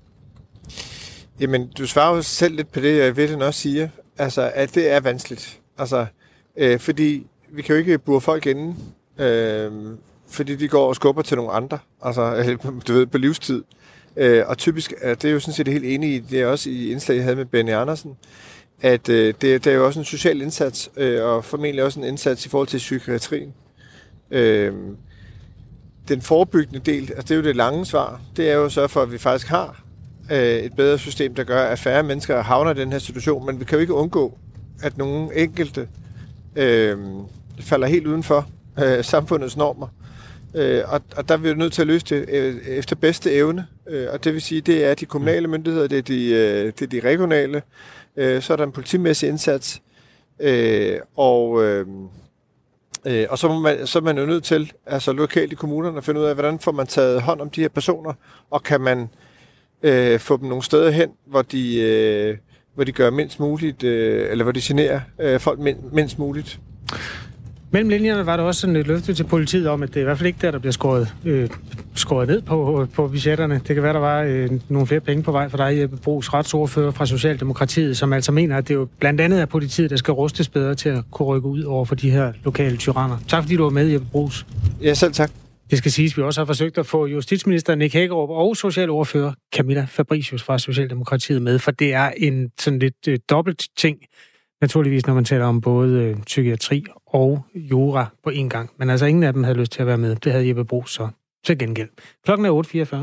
Jamen, du svarer jo selv lidt på det, jeg ved den også siger. Altså, at det er vanskeligt. Altså, øh, fordi vi kan jo ikke bure folk inde, øh, fordi de går og skubber til nogle andre. Altså, du ved, på livstid. Øh, og typisk, det er jo sådan set helt enig i, det er også i indslag, jeg havde med Benny Andersen, at øh, det, det er jo også en social indsats, øh, og formentlig også en indsats i forhold til psykiatrien. Øh, den forebyggende del, altså det er jo det lange svar, det er jo at sørge for, at vi faktisk har øh, et bedre system, der gør, at færre mennesker havner i den her situation, men vi kan jo ikke undgå, at nogle enkelte øh, falder helt uden for øh, samfundets normer. Øh, og, og der er vi jo nødt til at løse det øh, efter bedste evne, øh, og det vil sige, det er de kommunale myndigheder, det er de, øh, det er de regionale, øh, så er der en politimæssig indsats, øh, og, øh, øh, og så, må man, så er man jo nødt til, altså lokalt i kommunerne, at finde ud af, hvordan får man taget hånd om de her personer, og kan man øh, få dem nogle steder hen, hvor de, øh, hvor de gør mindst muligt, øh, eller hvor de generer øh, folk mind, mindst muligt. Mellem linjerne var der også sådan et løfte til politiet om, at det er i hvert fald ikke der, der bliver skåret, øh, skåret ned på, på budgetterne. Det kan være, der var øh, nogle flere penge på vej for dig, Jeppe Bruus, retsordfører fra Socialdemokratiet, som altså mener, at det jo blandt andet er politiet, der skal rustes bedre til at kunne rykke ud over for de her lokale tyranner. Tak fordi du var med, Jeppe Bruus. Ja, selv tak. Det skal siges, at vi også har forsøgt at få justitsminister Nick Hækkerup og socialordfører Camilla Fabricius fra Socialdemokratiet med, for det er en sådan lidt øh, dobbelt ting, naturligvis, når man taler om både øh, psykiatri og jura på en gang. Men altså ingen af dem havde lyst til at være med. Det havde Jeppe Bruus så til gengæld. Klokken er otte fireogfyrre.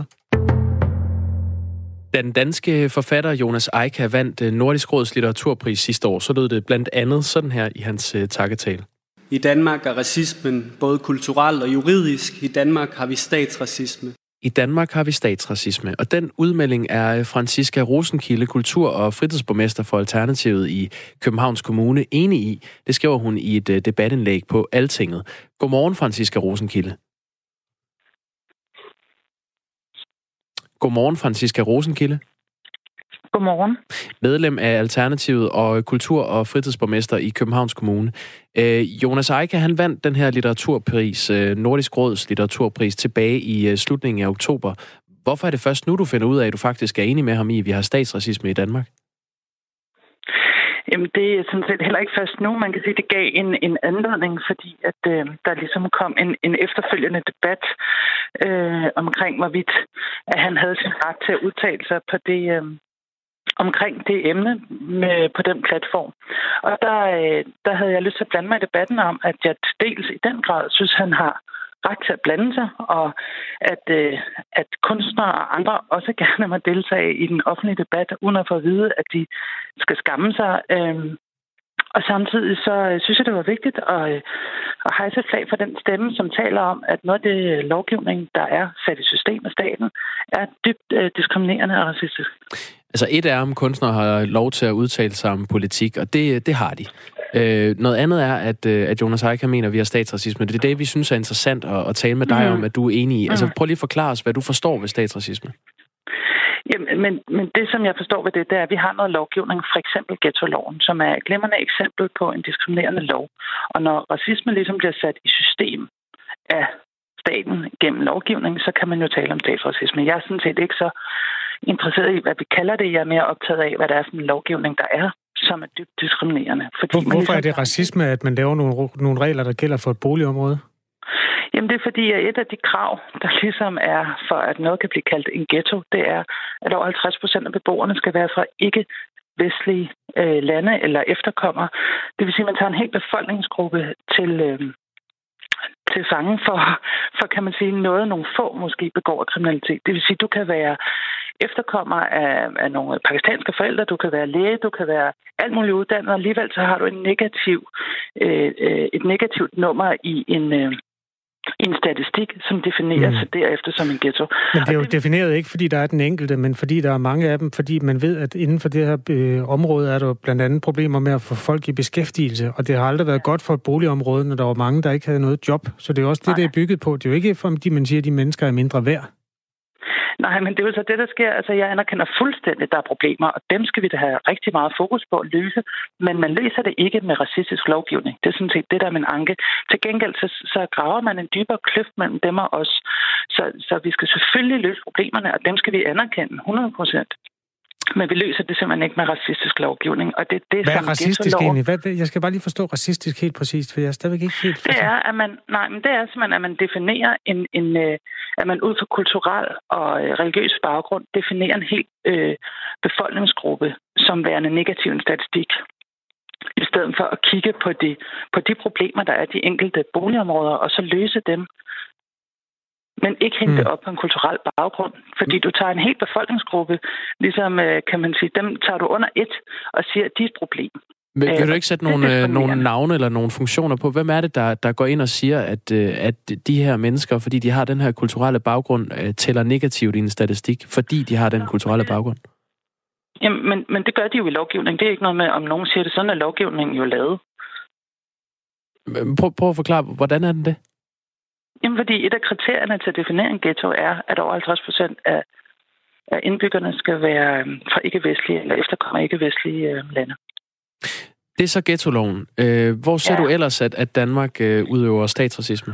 Da den danske forfatter Jonas Eika vandt Nordisk Råds litteraturpris sidste år, så lød det blandt andet sådan her i hans uh, takketale. I Danmark er racismen både kulturel og juridisk. I Danmark har vi statsracisme. I Danmark har vi statsracisme, og den udmelding er Franciska Rosenkilde, kultur- og fritidsborgmester for Alternativet i Københavns Kommune, enig i. Det skriver hun i et debatindlæg på Altinget. Godmorgen, Franciska Rosenkilde. Godmorgen, Franciska Rosenkilde. Godmorgen. Medlem af Alternativet og kultur- og fritidsborgmester i Københavns Kommune. Øh, Jonas Eika, han vandt den her litteraturpris, øh, Nordisk Råds litteraturpris, tilbage i øh, slutningen af oktober. Hvorfor er det først nu, du finder ud af, at du faktisk er enig med ham i, at vi har statsracisme i Danmark? Jamen, det er sådan set heller ikke først nu. Man kan sige, at det gav en, en anledning, fordi at øh, der ligesom kom en, en efterfølgende debat øh, omkring, hvorvidt at han havde sin ret til at udtale sig på det... Øh, omkring det emne med, på den platform. Og der, der havde jeg lyst til at blande mig i debatten om, at jeg dels i den grad synes, han har ret til at blande sig, og at, at kunstnere og andre også gerne må deltage i den offentlige debat, uden at få at vide, at de skal skamme sig. Og samtidig så synes jeg, det var vigtigt at, at hejse et flag for den stemme, som taler om, at noget af det lovgivning, der er sat i system af staten, er dybt øh, diskriminerende og racistisk. Altså et er, om kunstnere har lov til at udtale sig om politik, og det, det har de. Øh, noget andet er, at, at Jonas Eika mener, at vi har statsracisme. Det er det, vi synes er interessant at, at tale med dig mm. om, at du er enig i. Altså prøv lige at forklare os, hvad du forstår ved statsracisme. Jamen, men, men det, som jeg forstår ved det, det er, at vi har noget lovgivning, for eksempel ghettoloven, som er et glimrende eksempel på en diskriminerende lov. Og når racisme ligesom bliver sat i system af staten gennem lovgivning, så kan man jo tale om statsracisme. Jeg er sådan set ikke så interesseret i, hvad vi kalder det. Jeg er mere optaget af, hvad der er for en lovgivning, der er, som er dybt diskriminerende. Fordi Hvor, hvorfor ligesom... er det racisme, at man laver nogle, nogle regler, der gælder for et boligområde? Jamen det er fordi, at et af de krav, der ligesom er for, at noget kan blive kaldt en ghetto, det er, at over halvtreds procent af beboerne skal være fra ikke-vestlige øh, lande eller efterkommere. Det vil sige, at man tager en hel befolkningsgruppe til, øh, til fange for, for, kan man sige, noget, nogle få måske begår af kriminalitet. Det vil sige, at du kan være efterkommer af, af nogle pakistanske forældre, du kan være læge, du kan være alt muligt uddannet, og alligevel så har du en negativ, øh, et negativt nummer i en... Øh, en statistik, som definerer mm. sig derefter som en ghetto. Men det er jo det... defineret ikke, fordi der er den enkelte, men fordi der er mange af dem, fordi man ved, at inden for det her øh, område er der blandt andet problemer med at få folk i beskæftigelse, og det har aldrig været godt for et boligområde, når der var mange, der ikke havde noget job. Så det er også det, Nej. det er bygget på. Det er jo ikke, fordi man siger, at de mennesker er mindre værd. Nej, men det er jo så det, der sker. Altså, jeg anerkender fuldstændig, at der er problemer, og dem skal vi da have rigtig meget fokus på at løse. Men man løser det ikke med racistisk lovgivning. Det er sådan set det, der er min anke. Til gengæld så, så graver man en dybere kløft mellem dem og os. Så, så vi skal selvfølgelig løse problemerne, og dem skal vi anerkende hundrede procent. Men vi løser det simpelthen ikke med racistisk lovgivning. Og det, det, Hvad er som racistisk egentlig? Hvad, jeg skal bare lige forstå racistisk helt præcist, for jeg er stadigvæk ikke helt forstå. Det er, at man, nej, men det er simpelthen, at man definerer en, en øh, at man ud fra kulturel og øh, religiøs baggrund definerer en helt øh, befolkningsgruppe som værende negativ en statistik. I stedet for at kigge på de, på de problemer, der er i de enkelte boligområder, og så løse dem. Men ikke hænge det op på en kulturel baggrund. Fordi du tager en hel befolkningsgruppe, ligesom, kan man sige, dem tager du under et og siger, at de er et problem. Men kan du ikke sætte nogle, nogle navne eller nogle funktioner på? Hvem er det, der, der går ind og siger, at, at de her mennesker, fordi de har den her kulturelle baggrund, tæller negativt i en statistik, fordi de har den kulturelle baggrund? Jamen, men, men det gør de jo i lovgivningen. Det er ikke noget med, om nogen siger det. Sådan er lovgivningen jo lavet. Prøv, prøv at forklare, hvordan er den det? Jamen, fordi et af kriterierne til at definere en ghetto er, at over halvtreds procent af, af indbyggerne skal være fra ikke-vestlige eller efterkommer ikke-vestlige øh, lande. Det er så ghettoloven. Øh, hvor ser ja. du ellers, at, at Danmark øh, udøver statsracisme?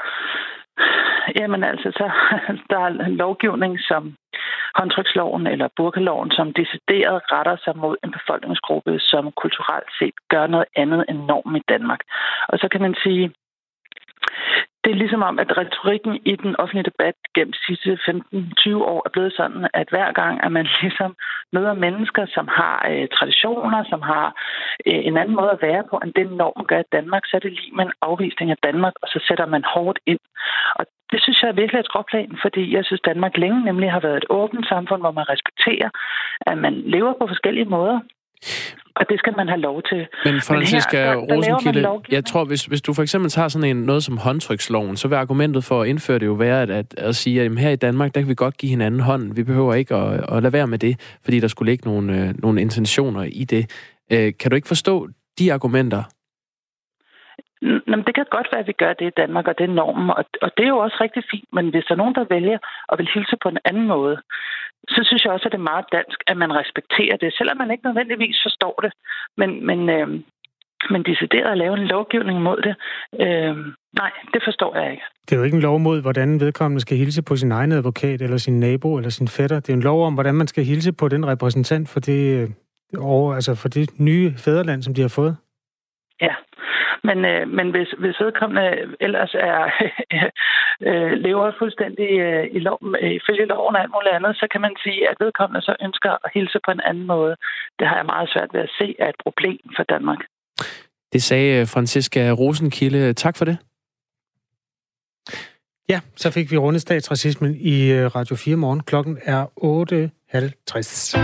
Jamen altså, så der er en lovgivning som håndtryksloven eller burkaloven, som decideret retter sig mod en befolkningsgruppe, som kulturelt set gør noget andet end normen i Danmark. Og så kan man sige, det er ligesom om, at retorikken i den offentlige debat gennem de sidste femten til tyve år er blevet sådan, at hver gang, at man ligesom møder mennesker, som har øh, traditioner, som har øh, en anden måde at være på, end den norm gør i Danmark, så er det lige med en afvisning af Danmark, og så sætter man hårdt ind. Og det synes jeg er virkelig et skråplan, fordi jeg synes, Danmark længe nemlig har været et åbent samfund, hvor man respekterer, at man lever på forskellige måder. Og det skal man have lov til. Men Franciska Rosenkilde, jeg tror, hvis, hvis du for eksempel tager sådan en, noget som håndtryksloven, så vil argumentet for at indføre det jo være at, at, at sige, at jamen, her i Danmark, der kan vi godt give hinanden hånd. Vi behøver ikke at, at lade være med det, fordi der skulle ligge nogle, øh, nogle intentioner i det. Øh, kan du ikke forstå de argumenter? Jamen, det kan godt være, at vi gør det i Danmark, og det er normen, og, og det er jo også rigtig fint, men hvis der er nogen, der vælger at vil hilse på en anden måde, så synes jeg også, at det er meget dansk, at man respekterer det, selvom man ikke nødvendigvis forstår det, men, men, øh, men decideret at lave en lovgivning mod det, øh, nej, det forstår jeg ikke. Det er jo ikke en lov mod, hvordan vedkommende skal hilse på sin egen advokat, eller sin nabo, eller sin fætter. Det er en lov om, hvordan man skal hilse på den repræsentant for det, over, altså for det nye fædreland, som de har fået. Ja. Men, øh, men hvis, hvis vedkommende ellers er, øh, lever fuldstændig øh, i lov, øh, ifølge loven og alt muligt andet, så kan man sige, at vedkommende så ønsker at hilse på en anden måde. Det har jeg meget svært ved at se er et problem for Danmark. Det sagde Franciska Rosenkilde. Tak for det. Ja, så fik vi rundet statsracismen i Radio fire morgen. Klokken er otte halvtreds.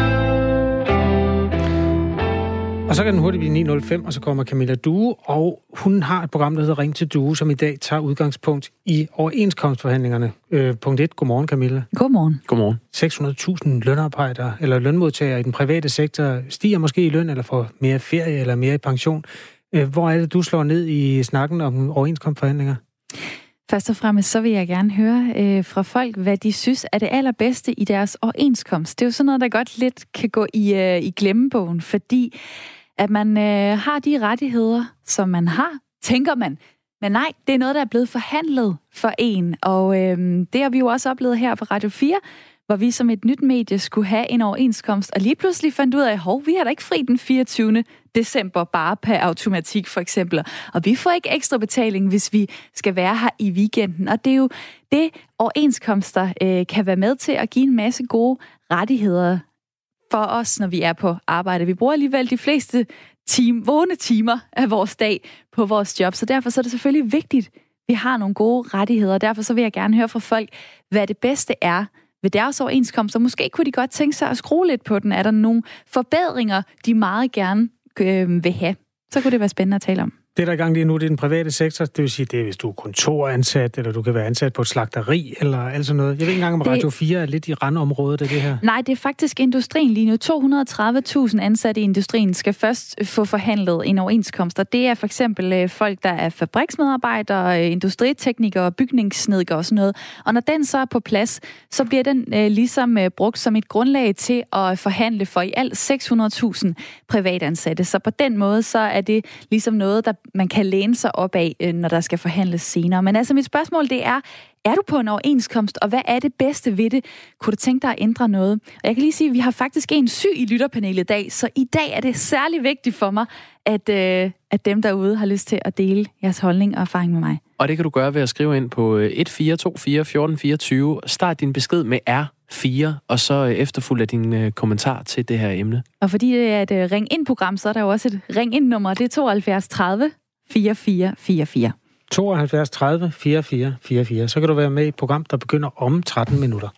Og så kan den hurtigt blive ni nul fem, og så kommer Camilla Due, og hun har et program, der hedder Ring til Due, som i dag tager udgangspunkt i overenskomstforhandlingerne. Øh, punkt et. Godmorgen, Camilla. Godmorgen. Godmorgen. seks hundrede tusind lønarbejdere eller lønmodtagere i den private sektor stiger måske i løn, eller får mere ferie, eller mere i pension. Øh, hvor er det, du slår ned i snakken om overenskomstforhandlinger? Først og fremmest så vil jeg gerne høre øh, fra folk, hvad de synes er det allerbedste i deres overenskomst. Det er jo sådan noget, der godt lidt kan gå i, øh, i glemmebogen, fordi at man øh, har de rettigheder, som man har, tænker man. Men nej, det er noget, der er blevet forhandlet for en, og øh, det har vi jo også oplevet her på Radio fire, hvor vi som et nyt medie skulle have en overenskomst, og lige pludselig fandt ud af, hov, vi har da ikke fri den fireogtyvende december bare per automatik for eksempel, og vi får ikke ekstra betaling, hvis vi skal være her i weekenden, og det er jo det, overenskomster øh, kan være med til at give en masse gode rettigheder for os, når vi er på arbejde. Vi bruger alligevel de fleste time, vågne timer af vores dag på vores job, så derfor så er det selvfølgelig vigtigt, at vi har nogle gode rettigheder, og derfor så vil jeg gerne høre fra folk, hvad det bedste er ved deres overenskomster. Måske kunne de godt tænke sig at skrue lidt på den. Er der nogle forbedringer, de meget gerne øh, vil have? Så kunne det være spændende at tale om. Det, der er i gang lige nu, det er den private sektor. Det vil sige, det er, hvis du er kontoransat, eller du kan være ansat på et slagteri, eller alt sådan noget. Jeg ved ikke engang, om det... Radio fire er lidt i randområdet af det her. Nej, det er faktisk industrien lige nu. to hundrede og tredive tusind ansatte i industrien skal først få forhandlet en overenskomst. Og det er for eksempel folk, der er fabriksmedarbejdere, industriteknikere, bygningssnedkere og sådan noget. Og når den så er på plads, så bliver den øh, ligesom øh, brugt som et grundlag til at forhandle for i alt seks hundrede tusind privatansatte. Så på den måde, så er det ligesom noget, der man kan læne sig op af, når der skal forhandles senere. Men altså, mit spørgsmål, det er, er du på en overenskomst, og hvad er det bedste ved det? Kunne du tænke dig at ændre noget? Og jeg kan lige sige, at vi har faktisk en syg i lytterpanelet i dag, så i dag er det særlig vigtigt for mig, at, øh, at dem derude har lyst til at dele jeres holdning og erfaring med mig. Og det kan du gøre ved at skrive ind på et fire to fire fjorten fireogtyve. Start din besked med R fire, og så efterfulgt af din øh, kommentar til det her emne. Og fordi det er et øh, ring-ind-program, så er der jo også et ring-ind-nummer. Det er tooghalvfjerds tredive fireogfyrre fireogfyrre. tooghalvfjerds tredive fireogfyrre fireogfyrre. Så kan du være med i et program, der begynder om tretten minutter.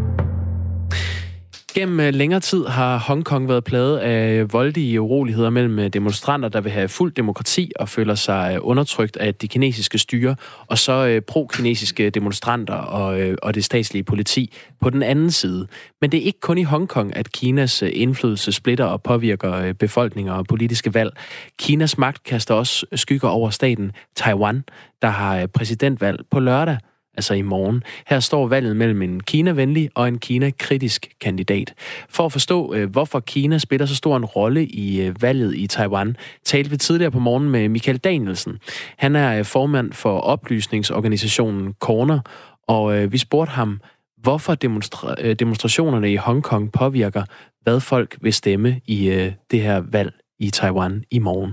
Gennem længere tid har Hongkong været plaget af voldelige uroligheder mellem demonstranter, der vil have fuld demokrati og føler sig undertrykt af de kinesiske styre, og så pro-kinesiske demonstranter og, og det statslige politi på den anden side. Men det er ikke kun i Hongkong, at Kinas indflydelse splitter og påvirker befolkninger og politiske valg. Kinas magt kaster også skygger over staten Taiwan, der har præsidentvalg på lørdag, altså i morgen. Her står valget mellem en Kina-venlig og en Kina-kritisk kandidat. For at forstå, hvorfor Kina spiller så stor en rolle i valget i Taiwan, talte vi tidligere på morgen med Michael Danielsen. Han er formand for oplysningsorganisationen Corner, og vi spurgte ham, hvorfor demonstra- demonstrationerne i Hongkong påvirker, hvad folk vil stemme i det her valg i Taiwan i morgen.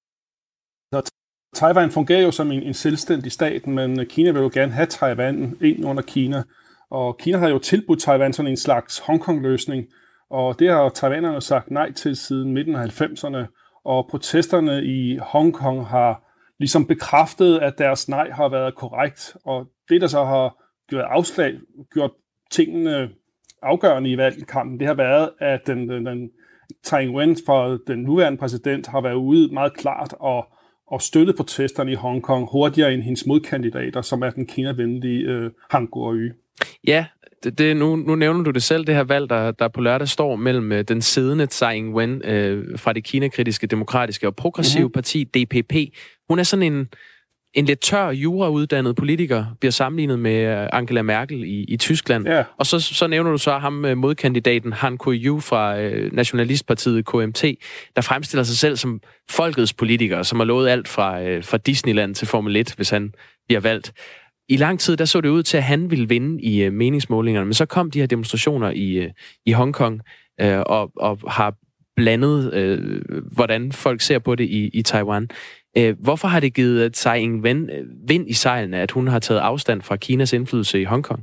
Taiwan fungerer jo som en, en selvstændig stat, men Kina vil jo gerne have Taiwan ind under Kina. Og Kina har jo tilbudt Taiwan sådan en slags Hongkong-løsning, og det har taiwanerne sagt nej til siden midten af halvfemserne. Og protesterne i Hongkong har ligesom bekræftet, at deres nej har været korrekt. Og det, der så har gjort afslag, gjort tingene afgørende i valgkampen, det har været, at den, den, den Tsai Ing-wen fra den nuværende præsident har været ude meget klart og, og støttet protesterne i Hongkong hurtigere end hendes modkandidater, som er den kinavenlige øh, Han Kuo-yu. Ja, det, det, nu, nu nævner du det selv, det her valg, der, der på lørdag står mellem øh, den siddende Tsai Ing-wen øh, fra det kinakritiske, demokratiske og progressive mm-hmm. parti, D P P. Hun er sådan en, en lidt tør, jurauddannet politiker, bliver sammenlignet med Angela Merkel i, i Tyskland. Ja. Og så, så nævner du så ham modkandidaten Han Kuo-yu fra øh, nationalistpartiet K M T, der fremstiller sig selv som folkets politiker, som har lovet alt fra, øh, fra Disneyland til Formel et, hvis han bliver valgt. I lang tid, der så det ud til, at han ville vinde i øh, meningsmålingerne, men så kom de her demonstrationer i, øh, i Hongkong øh, og, og har blandet, øh, hvordan folk ser på det i, i Taiwan. Øh, hvorfor har det givet Tsai Ing-wen vind i sejlene, at hun har taget afstand fra Kinas indflydelse i Hongkong?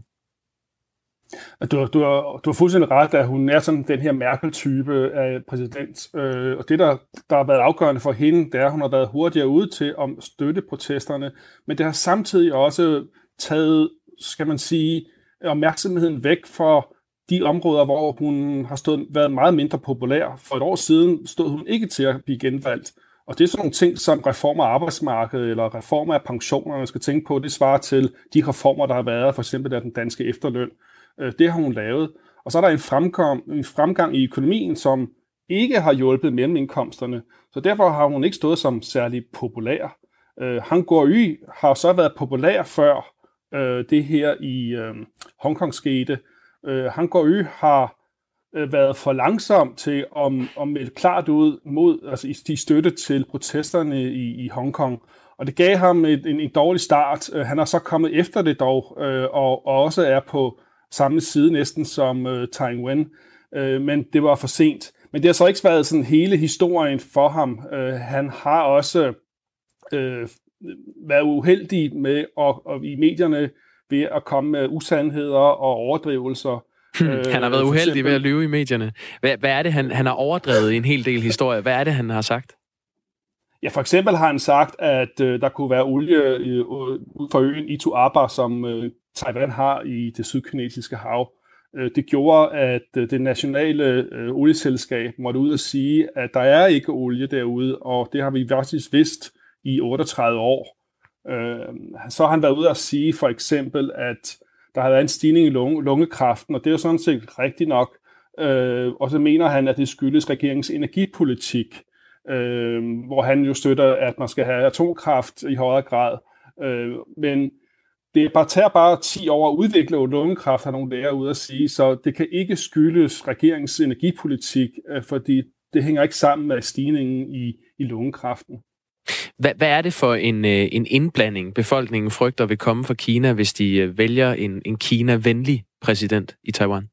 Du, du, har, du har fuldstændig ret, at hun er sådan den her Merkel-type af præsident. Øh, og det, der, der har været afgørende for hende, det er, at hun har været hurtigere ude til at støtte protesterne. Men det har samtidig også taget, skal man sige, opmærksomheden væk fra de områder, hvor hun har stået, været meget mindre populær. For et år siden stod hun ikke til at blive genvalgt. Og det er sådan nogle ting, som reformer af arbejdsmarkedet eller reformer af pensionerne, man skal tænke på. Det svarer til de reformer, der har været, for eksempel af den danske efterløn. Det har hun lavet. Og så er der en fremgang, en fremgang i økonomien, som ikke har hjulpet mellemindkomsterne. Så derfor har hun ikke stået som særlig populær. Han Kuo-yu har så været populær før det her i Hongkong skete. Han Kuo-yu har været for langsom til at, at melde klart ud mod altså de støtte til protesterne i, i Hongkong. Og det gav ham et, en, en dårlig start. Han er så kommet efter det dog, og, og også er på samme side næsten som uh, Tsai Ing-wen. Uh, men det var for sent. Men det har så ikke været sådan hele historien for ham. Uh, han har også uh, været uheldig med og, og i medierne ved at komme med usandheder og overdrivelser. Hmm, han har været uheldig ved at lyve i medierne. Hvad, hvad er det, han, han har overdrevet i en hel del historie? Hvad er det, han har sagt? Ja, for eksempel har han sagt, at øh, der kunne være olie øh, ud for øen Itu Aba, som øh, Taiwan har i det sydkinesiske hav. Øh, det gjorde, at øh, det nationale øh, olieselskab måtte ud og sige, at der er ikke olie derude, og det har vi faktisk vidst i otteogtredive år. Øh, så har han været ude og sige for eksempel, at der har været en stigning i lunge, lungekræften, og det er jo sådan set rigtigt nok. Øh, og så mener han, at det skyldes regeringens energipolitik, øh, hvor han jo støtter, at man skal have atomkraft i højere grad. Øh, men det bare tager bare ti år at udvikle lungekræft, har nogle læger ude at sige, så det kan ikke skyldes regeringens energipolitik, øh, fordi det hænger ikke sammen med stigningen i, i lungekræften. Hvad, hvad er det for en, en indblanding, befolkningen frygter vil komme fra Kina, hvis de vælger en, en Kina-venlig præsident i Taiwan?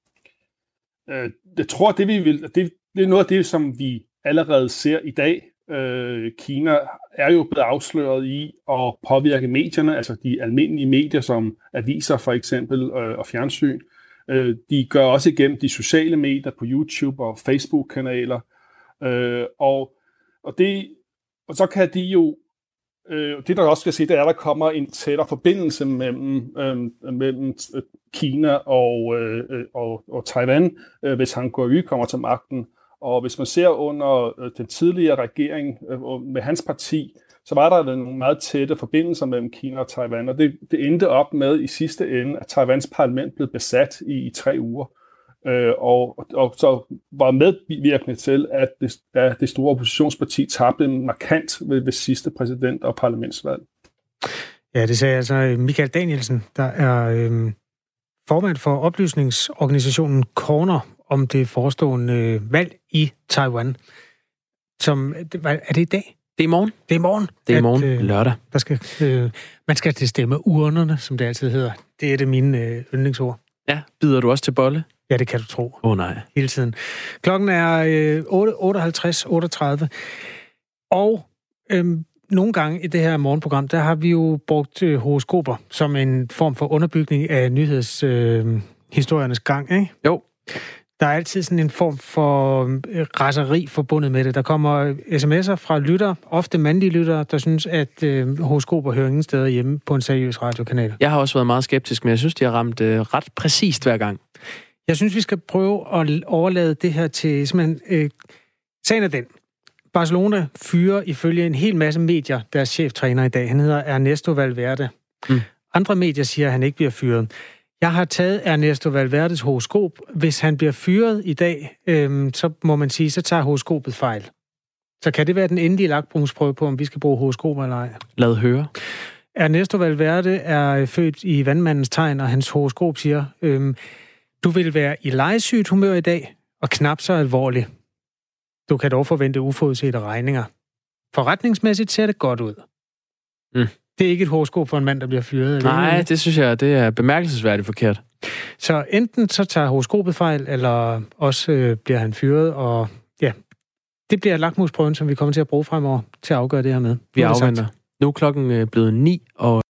Øh, jeg tror, det, vi vil, det, det er noget af det, som vi allerede ser i dag. Øh, Kina er jo blevet afsløret i at påvirke medierne, altså de almindelige medier, som aviser for eksempel øh, og fjernsyn. Øh, de gør også igennem de sociale medier på YouTube og Facebook-kanaler. Øh, og, og det Og så kan de jo, øh, det der også skal se, det er, at der kommer en tættere forbindelse mellem, øh, mellem Kina og, øh, og, og Taiwan, øh, hvis Han Kuo-yu kommer til magten. Og hvis man ser under øh, den tidligere regering øh, med hans parti, så var der nogle meget tætte forbindelser mellem Kina og Taiwan. Og det, det endte op med i sidste ende, at Taiwans parlament blev besat i, i tre uger. Øh, og, og så var medvirkende til, at det, at det store oppositionsparti tabte markant ved, ved sidste præsident- og parlamentsvalg. Ja, det sagde altså Michael Danielsen, der er øh, formand for oplysningsorganisationen Corner om det forestående øh, valg i Taiwan. Som, er det i dag? Det er i morgen. Det er i morgen. Det er i morgen, at, øh, lørdag. Der skal, øh, man skal til stemme urnerne, som det altid hedder. Det er det mine øh, yndlingsord. Ja, bider du også til bolle? Ja, det kan du tro. Åh oh, nej. Hele tiden. Klokken er øh, otteoghalvtreds otteogtredive. Og øhm, nogle gange i det her morgenprogram, der har vi jo brugt øh, horoskoper som en form for underbygning af nyhedshistoriernes øh, gang, ikke? Jo. Der er altid sådan en form for øh, raseri forbundet med det. Der kommer sms'er fra lytter, ofte mandlige lyttere, der synes, at øh, horoskoper hører ingen steder hjemme på en seriøs radiokanal. Jeg har også været meget skeptisk, men jeg synes, de har ramt øh, ret præcist hver gang. Jeg synes, vi skal prøve at overlade det her til simpelthen... Øh, sagen er den. Barcelona fyrer ifølge en hel masse medier deres cheftræner i dag. Han hedder Ernesto Valverde. Mm. Andre medier siger, at han ikke bliver fyret. Jeg har taget Ernesto Valverdes horoskop. Hvis han bliver fyret i dag, øh, så må man sige, så tager horoskopet fejl. Så kan det være den endelige lakmusprøve på, om vi skal bruge horoskoper eller ej? Lad høre. Ernesto Valverde er født i vandmandens tegn, og hans horoskop siger, øh, du vil være i legesygt humør i dag, og knap så alvorlig. Du kan dog forvente uforudsete regninger. Forretningsmæssigt ser det godt ud. Mm. Det er ikke et horoskop for en mand, der bliver fyret. Nej, det synes jeg, det er bemærkelsesværdigt forkert. Så enten så tager horoskopet fejl, eller også øh, bliver han fyret, og ja, det bliver lakmusprøven, som vi kommer til at bruge fremover til at afgøre det her med. Vi afventer. Nu er klokken blevet ni, og